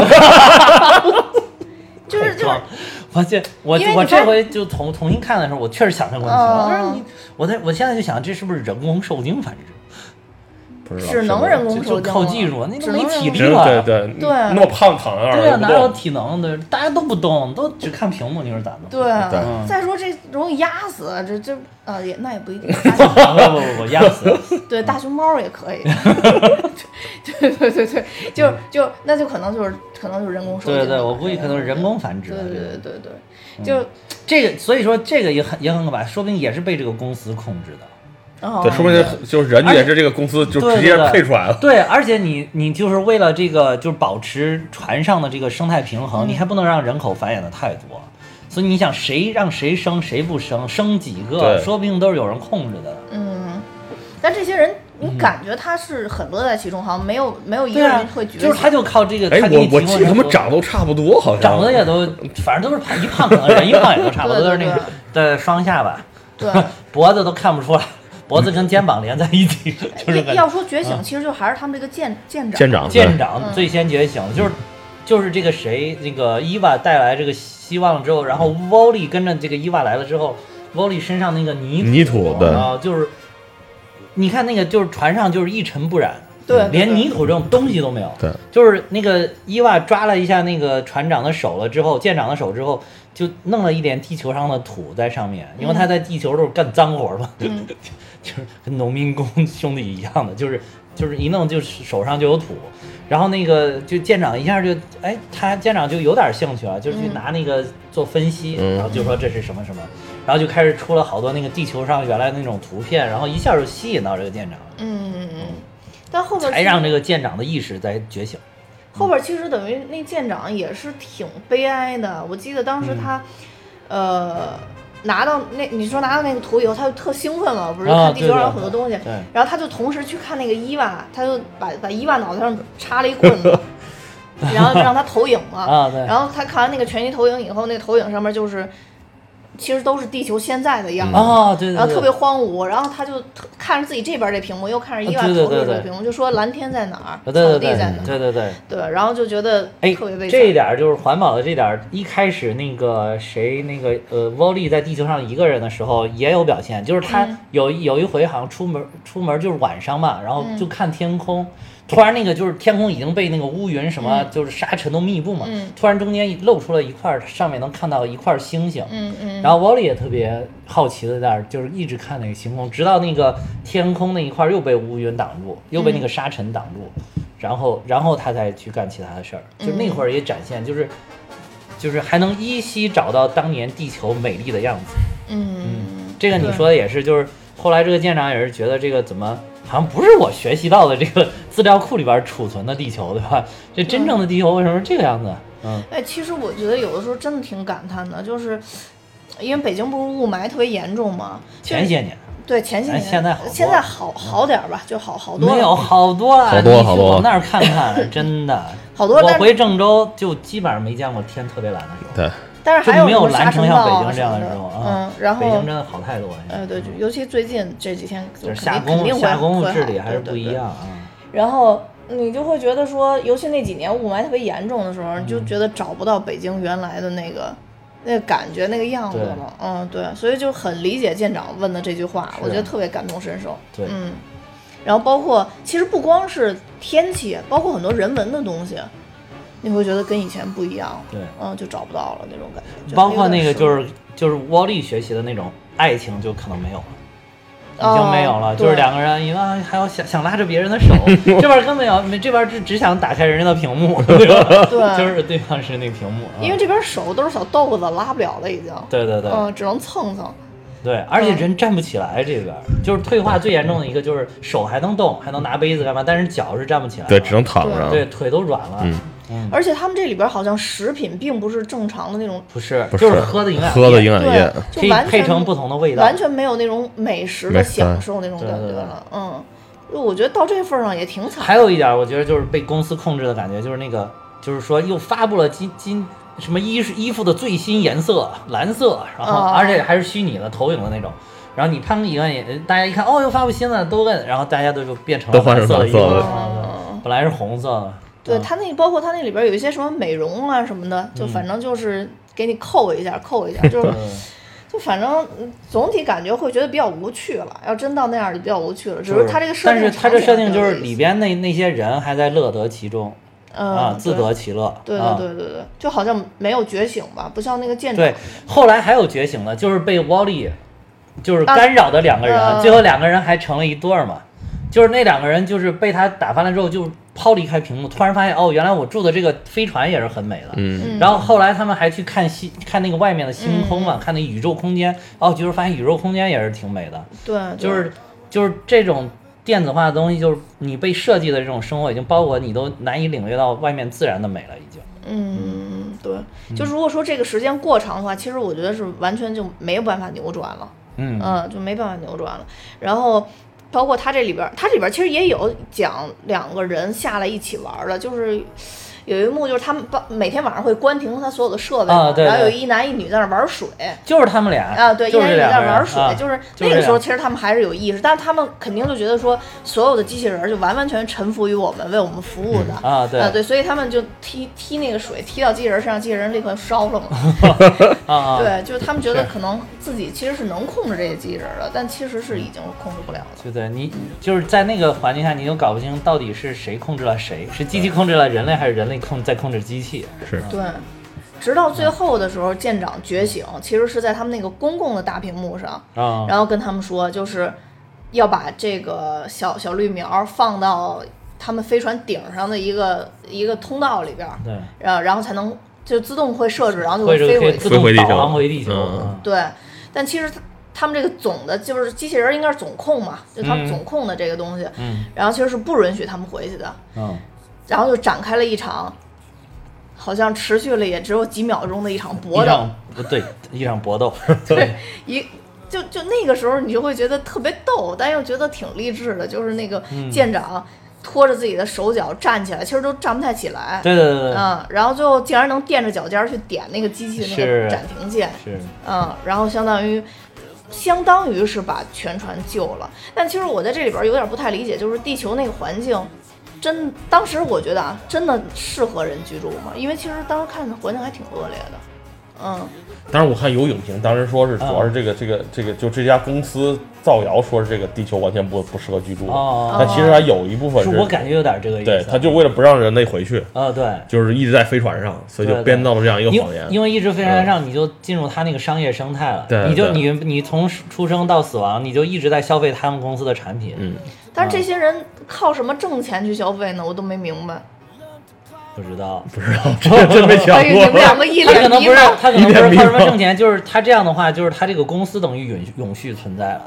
就是就是， 我这我我这回就重重新看的时候，我确实想这个问题了。我说你，我在我现在就想，这是不是人工受精繁殖？ 不知道， 只能人工受精， 靠技术，那都没体力了。对对对， 那么胖躺那儿， 对啊，哪有体能？对，大家都不动，都只看屏幕，你说咋弄？ 对啊，再说这容易压死，这这啊也那也不一定。不不不不，压死。 对，大熊猫也可以。对对对对，就就那就可能就是可能就是人工受精。 对对，我估计可能是人工繁殖。 对对对对对，就这个，所以说这个也很也很可怕，说不定也是被这个公司控制的。 对，说不定就是人也是这个公司就直接配出来了。 对，而且你你就是为了这个，就是保持船上的这个生态平衡，你还不能让人口繁衍的太多。所以你想谁让谁生，谁不生，生几个，说不定都是有人控制的。 嗯，但这些人，你感觉他是很乐在其中，好像没有没有一个人会觉得， 就是他就靠这个。 哎，我我记得他们长都差不多，好像长得也都，反正都是一胖，可能人一胖也都差不多，都是那个的双下巴， 对， 脖子都看不出来。脖子跟肩膀连在一起，就是要说觉醒，其实就还是他们这个舰舰长。 舰长， 舰长最先觉醒，就是就是这个谁，这个伊娃带来这个希望了之后，然后沃利跟着这个伊娃来了之后，沃利身上那个泥泥土，对啊，就是你看那个就是船上就是一尘不染， 对， 连泥土这种东西都没有， 对， 就是那个伊娃抓了一下那个船长的手了之后，舰长的手之后。就弄了一点地球上的土在上面，因为他在地球都是干脏活嘛， 嗯、 就是跟农民工兄弟一样的，就是就是一弄就是手上就有土，然后那个就舰长一下就哎，他舰长就有点兴趣了，就是去拿那个做分析， 嗯、 然后就说这是什么什么，然后就开始出了好多那个地球上原来那种图片，然后一下就吸引到这个舰长， 嗯嗯嗯，但后边才让这个舰长的意识在觉醒。 后边其实等于那舰长也是挺悲哀的，我记得当时他，嗯、呃， 拿到那你说拿到那个图以后，他就特兴奋嘛，不是啊看地球上有很多东西， 对对对然后他就同时去看那个伊娃，他就把把伊娃脑袋上插了一棍子，然后让他投影嘛， 啊对， 然后他看完那个全息投影以后，那个投影上面就是其实都是地球现在的样子， 哦对对对， 然后特别荒芜，然后他就特看着自己这边这屏幕，又看着伊娃投出这个屏幕，就说蓝天在哪儿， 对对对草地在哪儿， 对对对对，然后就觉得哎特别悲惨。 这一点就是环保的这点，一开始那个谁那个呃沃利在地球上一个人的时候也有表现，就是他嗯有有一回好像出门出门就是晚上嘛，然后嗯就看天空。突然，那个就是天空已经被那个乌云什么， 嗯就是沙尘都密布嘛。 嗯突然中间露出了一块，上面能看到一块星星。 嗯嗯， 然后沃利也特别好奇的在那儿，就是一直看那个星空，直到那个天空那一块又被乌云挡住，又被那个沙尘挡住，然后然后他才去干其他的事儿。就那会儿也展现，就是就是还能依稀找到当年地球美丽的样子。 嗯， 这个你说的也是，就是后来这个舰长也是觉得这个怎么好像不是我学习到的这个资料库里边储存的地球，对吧？这真正的地球为什么是这个样子？嗯， 哎，其实我觉得有的时候真的挺感叹的，就是因为北京不是雾霾特别严重嘛， 前些年对前些年， 现在好多现在好好点儿吧，就好好多了没有好多了， 好多你去好多我们那儿看看，真的好多但是我回郑州就基本上没见过天特别蓝的时候。 对， 但是还就没有什么沙尘蓝成像北暴啊京这样什么的的时候啊。 嗯，然后北京真的好太多了。 呃，对，就尤其最近这几天就就是肯定下功肯定会下功夫会好治理还是对对对不一样啊。 然后你就会觉得说，尤其那几年雾霾特别严重的时候，你嗯就觉得找不到北京原来的那个那个感觉、那个样子对了。嗯，对，所以就很理解舰长问的这句话， 是我觉得特别感同身受。 对嗯，然后包括其实不光是天气，包括很多人文的东西，你会觉得跟以前不一样。 对， 嗯，就找不到了那种感觉。 包括那个就有点是就是沃利学习的那种爱情就可能没有了。已哦经没有了，就是对两个人，因为还要想想拉着别人的手，这边根本要没这边只只想打开人家的屏幕，对吧？ 对就是对方是那屏幕，啊因为这边手都是小豆子，拉不了了已经。 对对对， 嗯，只能蹭蹭。 对，而且人站不起来，这边就是退化最严重的一个，就是手还能动，还能拿杯子干嘛，但是脚是站不起来了， 对，只能躺着。 对，腿都软了。 嗯嗯， 而且他们这里边好像食品并不是正常的那种， 不是， 不就是是喝的营养喝的营液对养液，， 配就完全配成不同的味道， 完全没有那种美食的没享受那种感觉对对对了。嗯，就我觉得到这份儿上也挺惨。 还有一点，我觉得就是被公司控制的感觉，就是那个，就是说又发布了今今什么衣衣服的最新颜色蓝色，然后哦而且还是虚拟的投影的那种。然后你砰一摁，也大家一看，哦，又发布新的，都摁，然后大家都就变成了都换成蓝色的衣服蓝色的嗯本来是红色的。 对嗯它那包括它那里边有一些什么美容啊什么的，就反正就是给你扣一下扣一下，就是嗯就反正嗯总体感觉会觉得比较无趣了。要真到那样就比较无趣了。只就是它这个设定， 但是它这设定就是里边那那些人还在乐得其中啊， 嗯自得其乐。 对啊对对对对，就好像没有觉醒吧，不像那个舰长。 对，后来还有觉醒的，就是被沃利就是啊干扰的两个人， 呃最后两个人还成了一对儿嘛。就是那两个人就是被他打翻了之后，就抛离开屏幕，突然发现哦，原来我住的这个飞船也是很美的。 嗯， 嗯然后后来他们还去看星，看那个外面的星空嘛，看那宇宙空间，哦，就是发现宇宙空间也是挺美的。 对，对就是就是这种电子化的东西，就是你被设计的这种生活已经包裹，你都难以领略到外面自然的美了，已经。 嗯，对，就如果说这个时间过长的话，其实我觉得是完全就没有办法扭转了， 嗯嗯，就没办法扭转了。然后包括它这里边，它里边其实也有讲两个人下来一起玩的，就是有一幕就是他们把每天晚上会关停他所有的设备嘛， 啊对对然后有一男一女在那玩水。 就是他们俩啊，对，一就是男一女在这两个人那玩水， 啊就是就是那个时候， 这样其实他们还是有意识，但是他们肯定就觉得说，所有的机器人儿就完完全全臣服于我们，为我们服务的。 啊对呃对，所以他们就踢踢那个水，踢到机器人身上，机器人立刻烧了嘛。 啊啊， 对，就是他们觉得是可能自己其实是能控制这些机器人的，但其实是已经控制不了了。 对对，你就是在那个环境下，你就搞不清到底是谁控制了谁，是机器控制了人类，还是人类控在控制机器？ 是对，直到最后的时候，舰长觉醒，其实是在他们那个公共的大屏幕上， 啊， 然后跟他们说，就是要把这个小小绿苗放到他们飞船顶上的一个一个通道里边儿， 对， 然后然后才能就自动会设置，然后就或者会飞回去。 可以自动导飞回地球航回地球。 嗯啊对，但其实他他们这个总的就是机器人应该是总控嘛，就他们嗯总控的这个东西， 嗯然后其实是不允许他们回去的， 嗯然后就展开了一场好像持续了也只有几秒钟的一场搏斗， 一场不对，一场搏斗， 对，一就就那个时候你就会觉得特别逗，但又觉得挺励志的，就是那个舰长拖着自己的手脚站起来，其实都站不太起来， 对对对对， 嗯，然后最后竟然能垫着脚尖去点那个机器的那个暂停键， 是， 嗯，然后相当于。相当于是把全船救了，但其实我在这里边有点不太理解，就是地球那个环境，真当时我觉得啊，真的适合人居住吗？因为其实当时看的环境还挺恶劣的，嗯。 当然我看有影评，当时说是主要是这个、嗯、这个这个就这家公司造谣说是这个地球完全不不适合居住， 哦， 但其实还有一部分是， 是我感觉有点这个意思， 对，他就为了不让人类回去， 啊、哦，对， 就是一直在飞船上，所以就编造了这样一个谎言。 因, 因为一直飞船上，你就进入他那个商业生态了， 对， 你就你你从出生到死亡，你就一直在消费他们公司的产品， 嗯。 但是这些人靠什么挣钱去消费呢？我都没明白。 不知道， 不知道，这真没想过。 你们两个一脸他可能不是，他可能不是靠什么挣钱，就是他这样的话，就是他这个公司等于永永续存在了。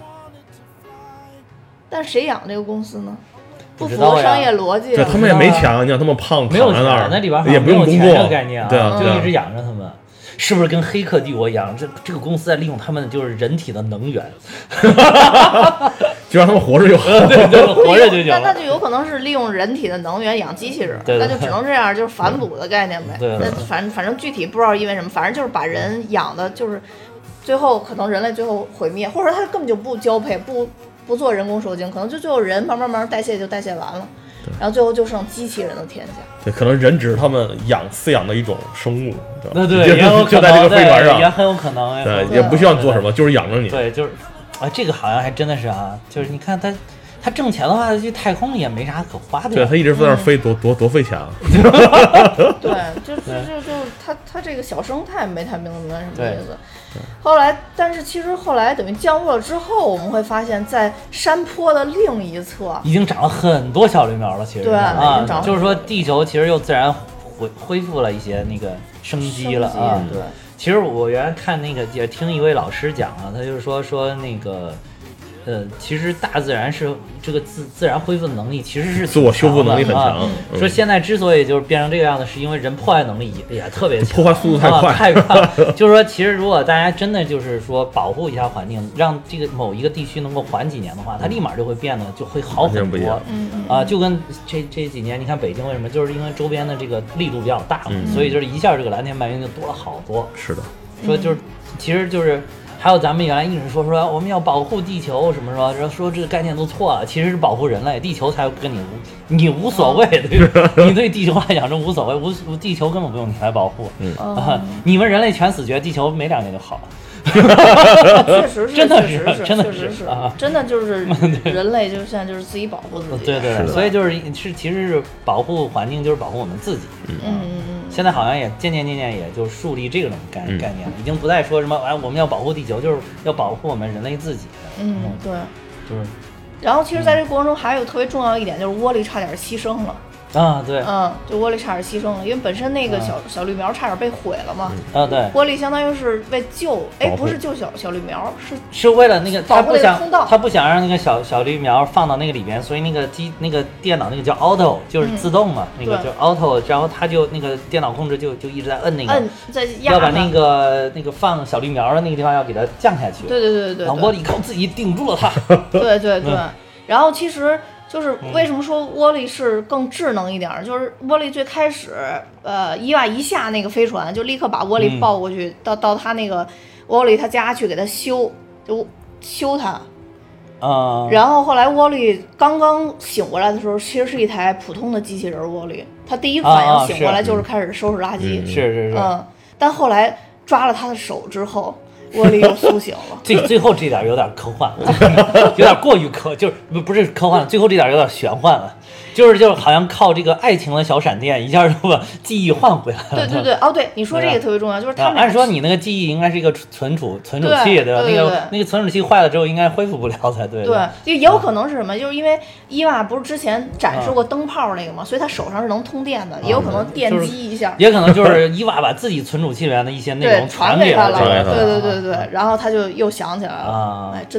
但谁养这个公司呢？不符合商业逻辑、啊。 对，他们也没钱，你让他们胖没有躺在那儿， 那里边也不用工作这个概念啊， 对啊， 就一直养着他们。是不是跟黑客帝国一样？这这个公司在利用他们就是人体的能源， 就让他们活着就好， 对对，活着就行。 那那就有可能是利用人体的能源养机器人， 对对对， 那就只能这样，就是反哺的概念呗。 对， 那反反正具体不知道因为什么，反正就是把人养的，就是最后可能人类最后毁灭，或者他根本就不交配，不不做人工受精，可能就最后人慢慢慢代谢就代谢完了。然后最后就剩机器人的天下。 对，可能人只是他们养饲养的一种生物。 对对， 就也有可能就在这个飞船上， 也很有可能。 对，也不需要做什么，就是养着你。 对，就是啊，这个好像还真的是啊，就是你看他，他挣钱的话，去太空也没啥可花的。 对，他一直在那儿飞，多多多费钱啊。 对，就就就就他他这个小生态没太明白什么意思。后来，但是其实后来等于降落了之后，我们会发现，在山坡的另一侧已经长了很多小绿苗了。其实对啊，就是说地球其实又自然恢恢复了一些那个生机了啊。 对， 其实我原来看那个也听一位老师讲啊，他就是说说那个。呃，其实大自然是这个自自然恢复的能力，其实是自我修复能力很强。 啊嗯、说现在之所以就是变成这个样子，是因为人破坏能力也也特别强， 破坏速度太快， 啊、太快。就是说，其实如果大家真的就是说保护一下环境，让这个某一个地区能够缓几年的话，它立马就会变得就会好很多。 嗯啊，就跟这这几年，你看北京为什么，就是因为周边的这个力度比较大嘛， 嗯、 所以就是一下这个蓝天白云就多了好多。 是的， 说就是，其实就是。还有咱们原来一直说说我们要保护地球什么说说说这个概念都错了，其实是保护人类，地球才跟你无你无所谓，对吧？你对地球来讲是无所谓，无地球根本不用你来保护， 嗯啊，你们人类全死绝，地球没两年就好了。 确实是， 真的是， 真的是是啊， 真的就是人类就现在就是自己保护自己， 对对对，所以就是是其实是保护环境，就是保护我们自己。 嗯嗯嗯。 现在好像也渐渐渐渐也就树立这种概嗯概念了，已经不再说什么哎我们要保护地球，就是要保护我们人类自己。 嗯，对， 就是。 然后其实在这个过程中还有特别重要一点，就是窝利差点牺牲了。 啊，对， 嗯，就窝利差点牺牲了，因为本身那个小、嗯、小绿苗差点被毁了嘛。 啊，对， 窝利相当于是为救，哎，不是救小小绿苗，是是为了那个他不想他不想让那个小小绿苗放到那个里边，所以那个机那个电脑那个叫 auto 就是自动嘛， 嗯、 那个叫 auto， 然后他就那个电脑控制就就一直在摁那个， 摁在压， 要把那个那个放小绿苗的那个地方要给它降下去。 对对对对对， 然后窝利靠自己顶住了它。 对对对，嗯、然后其实。就是为什么说窝利是更智能一点？嗯、就是窝利最开始，呃，伊娃一下那个飞船，就立刻把窝利抱过去，嗯、到到他那个窝利他家去给他修，就修他。 啊、嗯。 然后后来窝利刚刚醒过来的时候，其实是一台普通的机器人窝利，他第一反应醒过来就是开始收拾垃圾。 是是是。 嗯，但后来抓了他的手之后。窝利又苏醒了， 最最后这点有点科幻，有点过于科，就是不不是科幻，最后这点有点玄幻了，就是就是好像靠这个爱情的小闪电，一下就把记忆换回来了。 对对对，哦对，你说这个特别重要，就是他们、 啊、按说你那个记忆应该是一个存储存储器，对吧？ 对对对对那个那个存储器坏了之后应该恢复不了才对。 对，就也有可能是什么，就是因为伊娃不是之前展示过灯泡那个嘛，所以他手上是能通电的， 啊、 也有可能电击一下， 就是、也可能就是伊娃把自己存储器里面的一些内容传给他了。 对对对对对，然后他就又想起来了， 啊， 哎，真能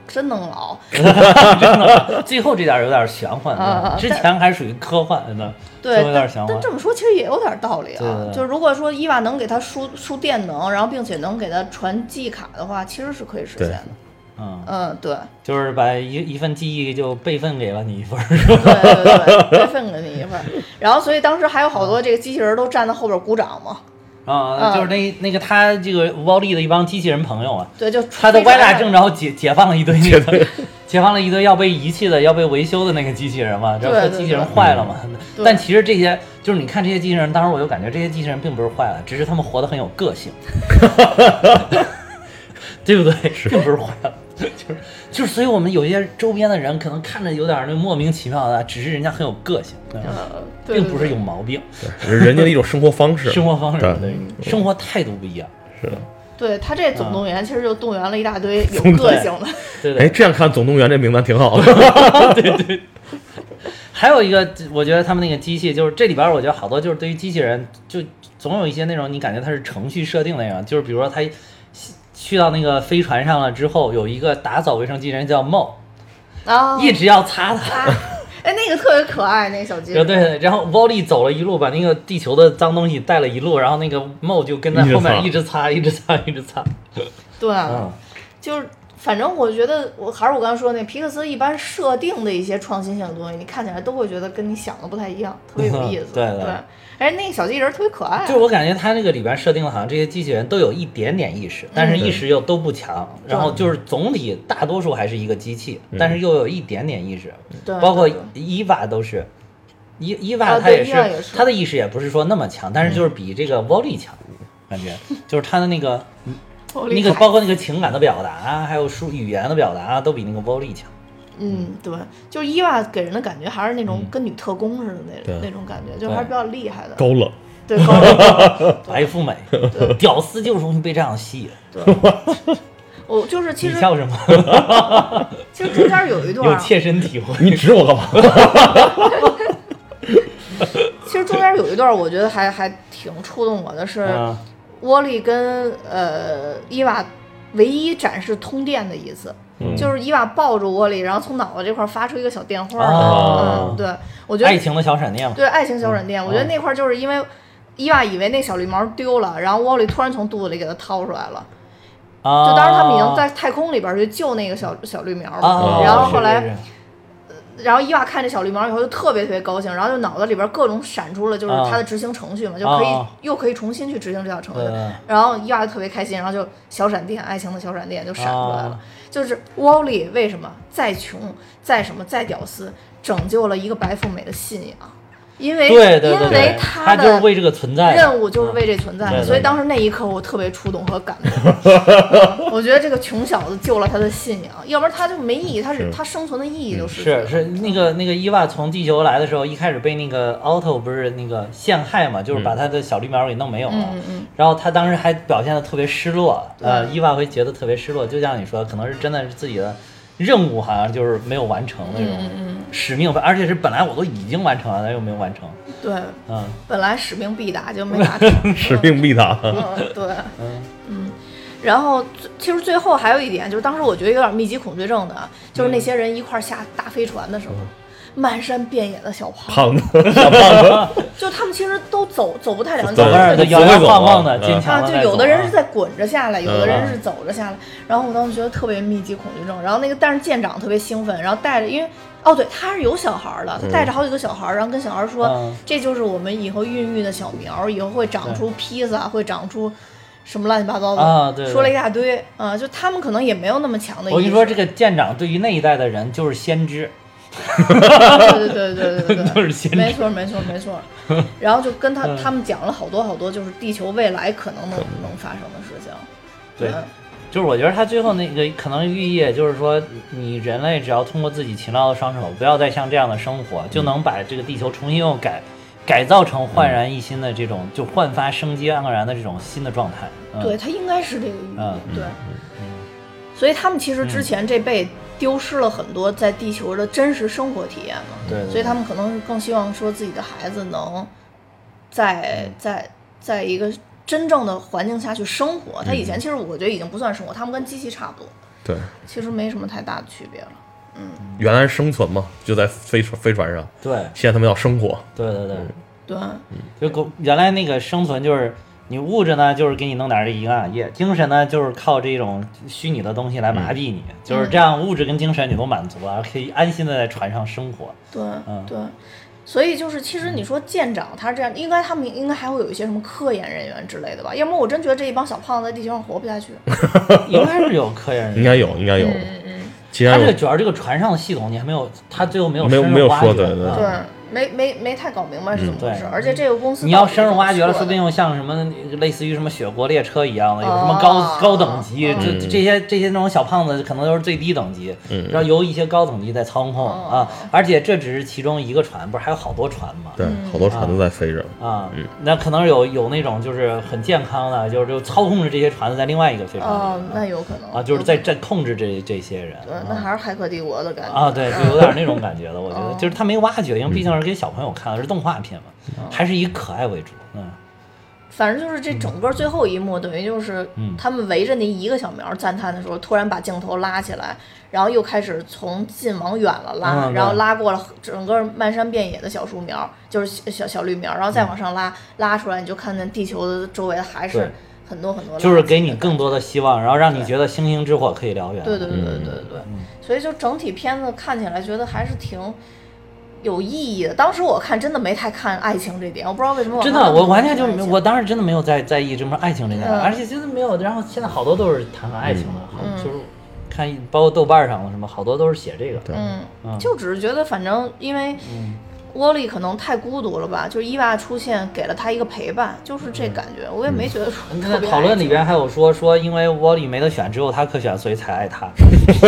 真能老。 真的，最后这点有点玄幻， 啊之前还属于科幻的， 对， 有点玄幻。 但这么说其实也有点道理啊。 对对对就是如果说伊娃能给他输输电能，然后并且能给他传记忆卡的话，其实是可以实现的。 嗯嗯，对， 就是把一一份记忆就备份给了你一份， 对对对对，备份给你一份。然后，所以当时还有好多这个机器人都站在后边鼓掌嘛。 啊，就是那那个他这个沃利的一帮机器人朋友啊， 对，就他的歪打正着解解放了一堆那个，解放了一堆要被遗弃的、要被维修的那个机器人嘛，然后机器人坏了嘛。但其实这些就是你看这些机器人，当时我就感觉这些机器人并不是坏了，只是他们活得很有个性，对不对？并不是坏了。就是就是，所以我们有些周边的人可能看着有点那莫名其妙的，只是人家很有个性， 呃、对对对并不是有毛病， 对，人家的一种生活方式， 生活方式， 对， 对，生活态度不一样， 是的。 对他这总动员其实就动员了一大堆有个性的， 对对。 哎，这样看总动员这名单挺好的， 对对。还有一个，我觉得他们那个机器，就是这里边我觉得好多就是对于机器人，就总有一些那种你感觉它是程序设定那样，就是比如说它。去到那个飞船上了之后，有一个打扫卫生机器人叫 Mo， 啊， 一直要擦它。 哎，那个特别可爱，那个小机器人。 对对，然后沃利走了一路，把那个地球的脏东西带了一路，然后那个 Mo 就跟在后面一直擦，一直擦，一直擦。 对， 嗯， 就是反正我觉得，我还是我刚才说的那皮克斯一般设定的一些创新性的东西，你看起来都会觉得跟你想的不太一样，特别有意思。 对对。 对而且那个小机器人特别可爱、啊， 就我感觉他那个里边设定的，好像这些机器人都有一点点意识，但是意识又都不强，嗯、然后就是总体大多数还是一个机器，嗯、但是又有一点点意识， 对， 包括伊娃都是，伊伊娃他也是， 啊、是他的意识也不是说那么强，但是就是比这个沃利强，感觉就是他的那个那个包括那个情感的表达，还有书语言的表达都比那个沃利强。 嗯，对，就是伊娃给人的感觉还是那种跟女特工似的那、嗯、那种感觉，就还是比较厉害的， 高冷， 对，高冷， 白富美，屌丝就容易被这样吸引。 对，我就是其实你笑什么？ 其实中间有一段、啊、 有切身体会， 你指我干嘛？ 其实中间有一段，我觉得还还挺触动我的是， 嗯、 沃利跟呃伊娃唯一展示通电的一次。嗯、就是伊娃抱住沃利，然后从脑袋这块发出一个小电话。 哦、 嗯，对，我觉得爱情的小闪电嘛。 对，爱情小闪电，嗯、我觉得那块就是因为伊娃以为那小绿毛丢了，然后沃利突然从肚子里给它掏出来了。 哦、 就当时他们已经在太空里边去救那个小小绿苗了， 哦、 然后后来。 是是是然后伊娃看这小绿毛以后就特别特别高兴，然后就脑子里边各种闪出了就是它的执行程序嘛， 哦、 就可以、哦、又可以重新去执行这条程序。 哦、 然后伊娃就特别开心，然后就小闪电，爱情的小闪电就闪出来了。哦、就是沃利为什么再穷再什么再屌丝，拯救了一个白富美的信仰。因为对对对对因为他的就是为这个存在任务就是为这存在的， 嗯、 所以当时那一刻我特别触动和感动。嗯、我觉得这个穷小子救了他的信仰，要不然他就没意义，他是他生存的意义就是是是那个那个伊娃从地球来的时候，一开始被那个 Otto 不是那个陷害嘛，就是把他的小绿苗给弄没有了， 嗯嗯、 然后他当时还表现的特别失落，呃，伊娃会觉得特别失落，就像你说，可能是真的是自己的任务好像就是没有完成那种使命， 嗯嗯、 而且是本来我都已经完成了，但又没有完成。 对， 嗯， 本来使命必达就没达成， 使命必达。 嗯，对，嗯嗯。然后其实最后还有一点，就是当时我觉得有点密集恐惧症的，就是那些人一块下大飞船的时候。嗯漫山遍野的小胖子，小胖子， 就他们其实都走走不太了， 走着摇摇晃晃的，坚强啊，就有的人是在滚着下来，有的人是走着下来。然后我当时觉得特别密集恐惧症。然后那个但是舰长特别兴奋，然后带着，因为哦对，他是有小孩的，他带着好几个小孩，然后跟小孩说， 嗯、 这就是我们以后孕育的小苗，以后会长出披萨，会长出。什么乱七八糟的啊，对对说了一大堆啊、呃，就他们可能也没有那么强的意识。 我跟你说，这个舰长对于那一代的人就是先知。 对对对对对对， 就是先知。 没错没错没错。然后就跟他他们讲了好多好多，就是地球未来可能能能发生的事情。 对，就是我觉得他最后那个可能寓意，就是说你人类只要通过自己勤劳的双手，不要再像这样的生活，就能把这个地球重新又改。改造成焕然一新的这种，就焕发生机盎然的这种新的状态。 嗯、对，它应该是这个寓意。 嗯， 对。 嗯、 所以他们其实之前这辈丢失了很多在地球的真实生活体验嘛。 对、嗯。 所以他们可能更希望说自己的孩子能在在在一个真正的环境下去生活。他以前其实我觉得已经不算生活，他们跟机器差不多。 对， 其实没什么太大的区别了。嗯， 原来是生存嘛，就在飞船飞船上， 对， 现在他们要生活， 对对对， 对， 就狗原来那个生存就是你物质呢，就是给你弄点这营养液，精神呢就是靠这种虚拟的东西来麻痹你， 嗯、 就是这样，物质跟精神你都满足了，可以安心的在船上生活。 对， 嗯， 对。所以就是，其实你说舰长他是这样，应该他们应该还会有一些什么科研人员之类的吧？要不然我真觉得这一帮小胖子在地球上活不下去。 应该是有科研人员， 应该有，应该有。 嗯嗯。 他这个主要这个船上的系统你还没有，他最后没有没有没有说对对对，没没没太搞明白是怎么回事。 嗯、 而且这个公司你要深入挖掘了，说不定又像什么类似于什么雪国列车一样的，有什么高、 哦、 高等级， 哦、 这这些这些那种小胖子可能都是最低等级， 嗯， 然后由一些高等级在操控、 哦、 啊。而且这只是其中一个船，不是还有好多船吗？ 对，好多船都在飞着啊。 嗯， 那可能有有那种就是很健康的，就是就操控着这些船的在另外一个飞船里。 哦，那有可能啊，就是在在控制这这些人。 对，那还是骇客帝国的感觉啊，对，就有点那种感觉的。我觉得哦就是他没挖掘，因为毕竟是给小朋友看的，是动画片嘛， 哦、 还是以可爱为主。嗯， 反正就是这整个最后一幕，等于就是他们围着那一个小苗赞叹的时候，突然把镜头拉起来，然后又开始从近往远了拉， 嗯、 然后拉过了整个漫山遍野的小树苗，就是小小绿苗，然后再往上拉，拉出来你就看见地球的周围还是很多很多， 就是给你更多的希望，然后让你觉得星星之火可以燎原。 对对对对对对对， 嗯、 所以就整体片子看起来觉得还是挺有意义的。当时我看真的没太看爱情这点，我不知道为什么我真的我完全就没，我当时真的没有在在意这么爱情这点， 嗯、 而且真的没有。然后现在好多都是谈谈爱情的， 嗯、 就是看包括豆瓣上的什么，好多都是写这个。 嗯， 嗯就只是觉得反正因为。 嗯窝里可能太孤独了吧，就是伊娃出现给了他一个陪伴，就是这感觉，我也没觉得说特别。 讨论里边还有说说，因为窝里没得选，只有他可选，所以才爱他。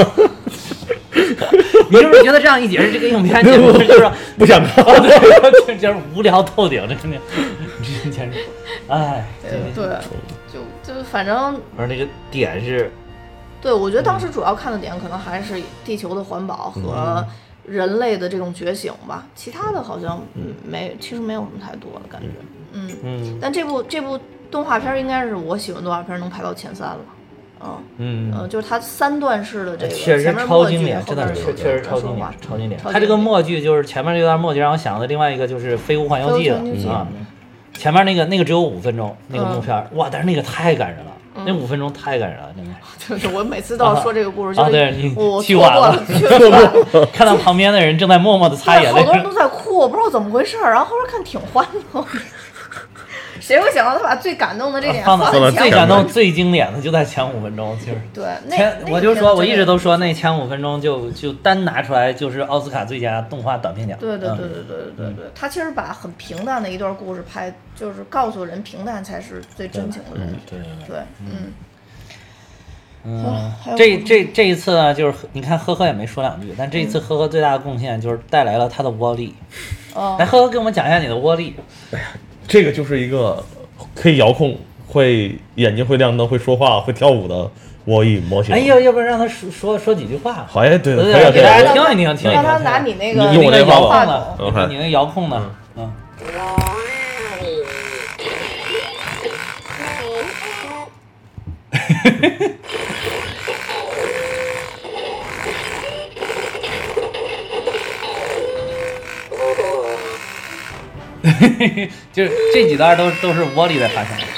你是不是觉得这样一解释，这个影片简直就是不想看， 对，就是无聊透顶，真的，这简直，哎， 对，就就反正。 而那个点是， 对，我觉得当时主要看的点可能还是地球的环保和。人类的这种觉醒吧，其他的好像没，其实没有什么太多的感觉，嗯嗯。 但这部这部动画片应该是我喜欢动画片能排到前三了，嗯嗯、呃、就是它三段式的这个， 确实超经典，真的是确实超经典，超经典。它这个默剧就是前面这段默剧让我想的另外一个就是《飞屋环游记》了啊，前面那个那个只有五分钟那个默片，嗯、哇，但是那个太感人了。那五分钟太感人了，真的。 就是我每次都要说这个故事， 啊， 就是你我去晚了，看到旁边的人正在默默的擦眼泪， 好多人都在哭，我不知道怎么回事，然后后边看挺欢乐。谁会想到他把最感动的这点放在前最感动、最经典的就在前五分钟，就是对。 前我就说，我一直都说那前五分钟就就单拿出来就是奥斯卡最佳动画短片奖。 对对对对对对对对，他其实把很平淡的一段故事拍，就是告诉人平淡才是最真情的东西。 对对对，嗯。 嗯，这这这一次呢，就是你看呵呵也没说两句，但这一次呵呵最大的贡献就是带来了他的窝力。 哦， 来呵呵给我们讲一下你的窝力。 哎呀，这个就是一个可以遥控、会眼睛会亮灯、会说话、会跳舞的窝力模型。 哎呀，要不然让他说说说几句话。 好呀，对， 对对， 给大家听一听，听一听。 让他拿你那个用我那遥控的， 你那遥控的，嗯。就是这几段都都是窝里在发生。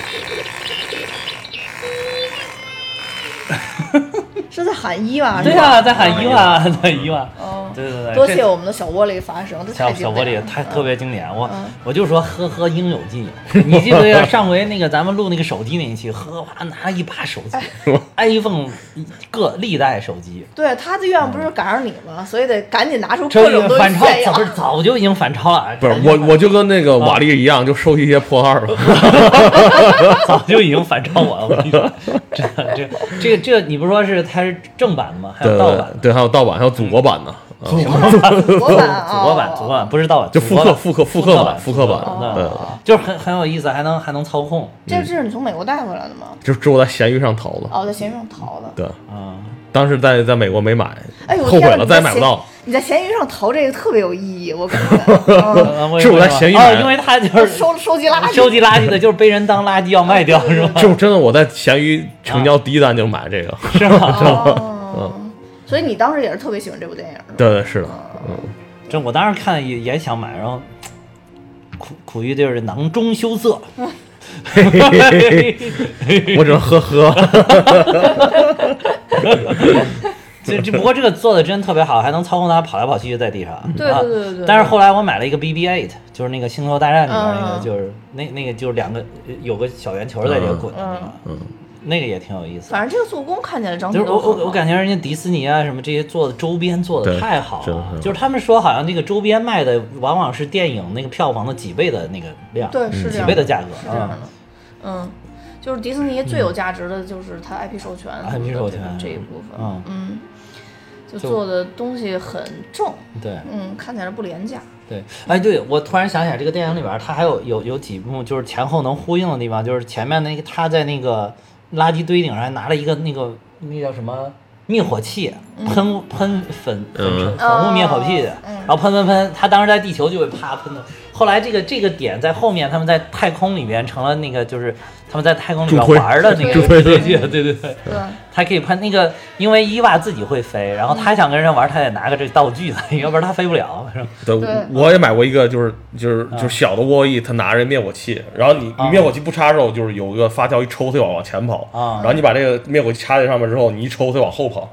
是在喊伊娃？ 对啊，在喊伊娃，在伊娃。 哦， 对对对， 多谢我们的小窝里发声，这小小窝里太特别经典。我嗯我就说呵呵应有尽有。你记不记得上回那个咱们录那个手机那一期，呵呵哇拿了一把手机，iPhone 各历代手机。 对，他的愿望不是赶上你吗？所以得赶紧拿出这各种东西反超， 炫耀不是早就已经反超了。 不是我，我就跟那个瓦力一样，就收集一些破烂了。 早就已经反超我了，我跟你说，这这这这，你不是说是它是正版的吗？还有盗版？ 对，还有盗版，还有祖国版的。 祖国版，祖国版， 祖国版，祖国版不是盗版， 就复刻、复刻、复刻版、复刻版。对， 就是很很有意思，还能还能操控。 这这是你从美国带回来的吗？ 就是这我在闲鱼上淘的。 哦，在闲鱼上淘的。 对， 啊， 当时在在美国没买， 哎呦， 后悔了，再也买不到。 你在闲鱼上淘这个特别有意义，我感觉。 是我在闲鱼买， 因为他就是收收集垃圾， 收集垃圾的，就是被人当垃圾要卖掉，是吧？ 就真的我在闲鱼成交第一单就买这个， 是吗？ 嗯，所以你当时也是特别喜欢这部电影， 对对是的，嗯， 这我当时看也也想买，然后苦苦于就是囊中羞涩， 我只能呵呵。 这这不过这个做的真特别好，还能操控它跑来跑去在地上。 对对对对对。 但是后来我买了一个 B B 八，就是那个《星球大战》里面那个， 嗯、 就是那那个就是两个有个小圆球在这个滚， 嗯嗯，那个也挺有意思。 反正这个做工看起来整体就是我我我感觉人家迪士尼啊什么这些做的周边做的太好了，就是他们说好像这个周边卖的往往是电影那个票房的几倍的那个量， 对，是几倍的价格， 是这样的，嗯。就是迪士尼最有价值的就是它 I P 授权 ，I P 授权这一部分， 嗯嗯，就做的东西很正， 对， 嗯，看起来不廉价， 对，哎，对我突然想起来，这个电影里边它还有有有几幕就是前后能呼应的地方，就是前面那个他在那个垃圾堆顶上还拿了一个那个那叫什么灭火器，喷喷粉粉粉雾灭火器，然后喷喷喷，他当时在地球就会啪喷的。后来这个这个点在后面，他们在太空里边成了那个就是他们在太空里边玩的那个对对对对对对，他可以喷那个，因为伊娃自己会飞，然后他想跟人玩，他得拿个这道具的，要不然他飞不了。 对，我也买过一个，就是就是就是小的沃伊，他拿着灭火器，然后你你灭火器不插的时候，就是有个发条一抽，它往往前跑，然后你把这个灭火器插在上面之后，你一抽它往后跑。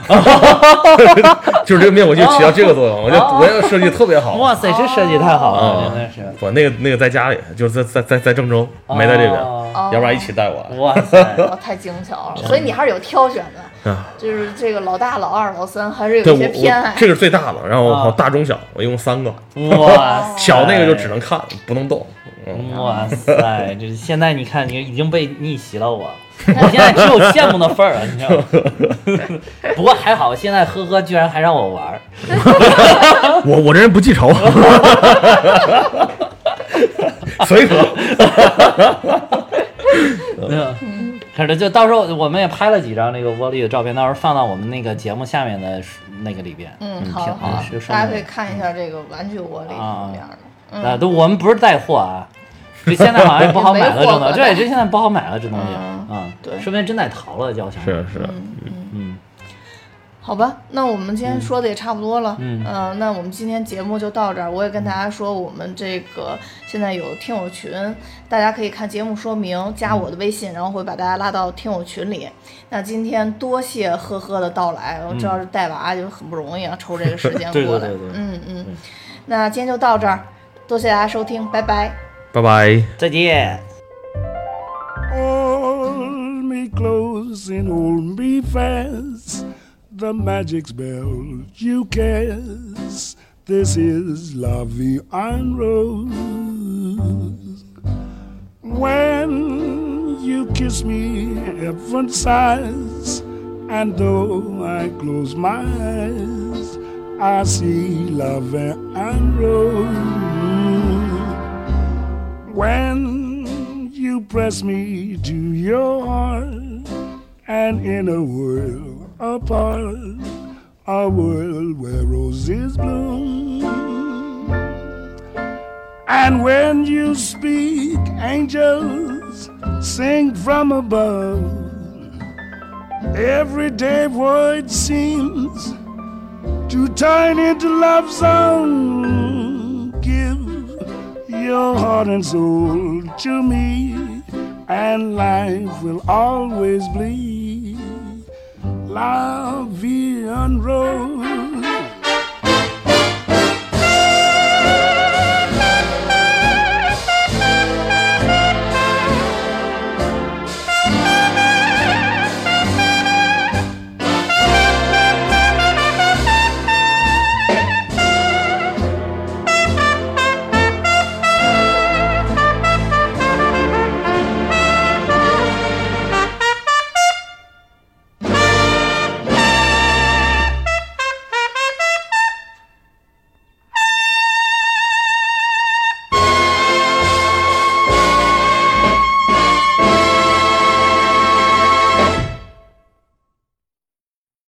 就是这个灭火器起到这个作用，我觉得我也设计特别好。 哇塞，这设计太好了，真的是。 我那个那个在家里，就是在在在在郑州，没在这边，要不然一起带过来。 哇塞， 太精巧了，所以你还是有挑选的，就是这个老大、老二、老三还是有一些偏爱。 这个是最大的，然后大中小，我一共三个。 哇， 小那个就只能看，不能动。 哇塞，这现在你看你已经被逆袭了我。我现在只有羡慕的份儿了，你知道吗？不过还好，现在呵呵居然还让我玩儿。 我我这人不记仇，随和。 嗯，可是就到时候我们也拍了几张那个窝里的照片，到时候放到我们那个节目下面的那个里边。 嗯，好好，大家可以看一下这个玩具窝里什么样的。 啊，都我们不是带货啊。这现在好像也不好买了，这东西，对，这现在不好买了，这东西，嗯，对，说明真得淘了，交钱。 是是， 嗯嗯。好吧，那我们今天说的也差不多了，嗯，呃，那我们今天节目就到这儿。我也跟大家说，我们这个现在有听友群，大家可以看节目说明，加我的微信，然后会把大家拉到听友群里。那今天多谢呵呵的到来，我知道是带娃就很不容易啊，抽这个时间过来，嗯嗯。那今天就到这儿，多谢大家收听，拜拜。 拜拜， 再见。 Hold me close and hold me fast. The magic spell you cast. This is La Vie en Rose. When you kiss me, heaven sighs, and though I close my eyes, I see La Vie en Rose. When you press me to your heart, and in a world apart, a world where roses bloom. And when you speak, angels sing from above. Everyday word seems to turn into love song. Give your heart and soul to me, and life will always be La Vie en Rose.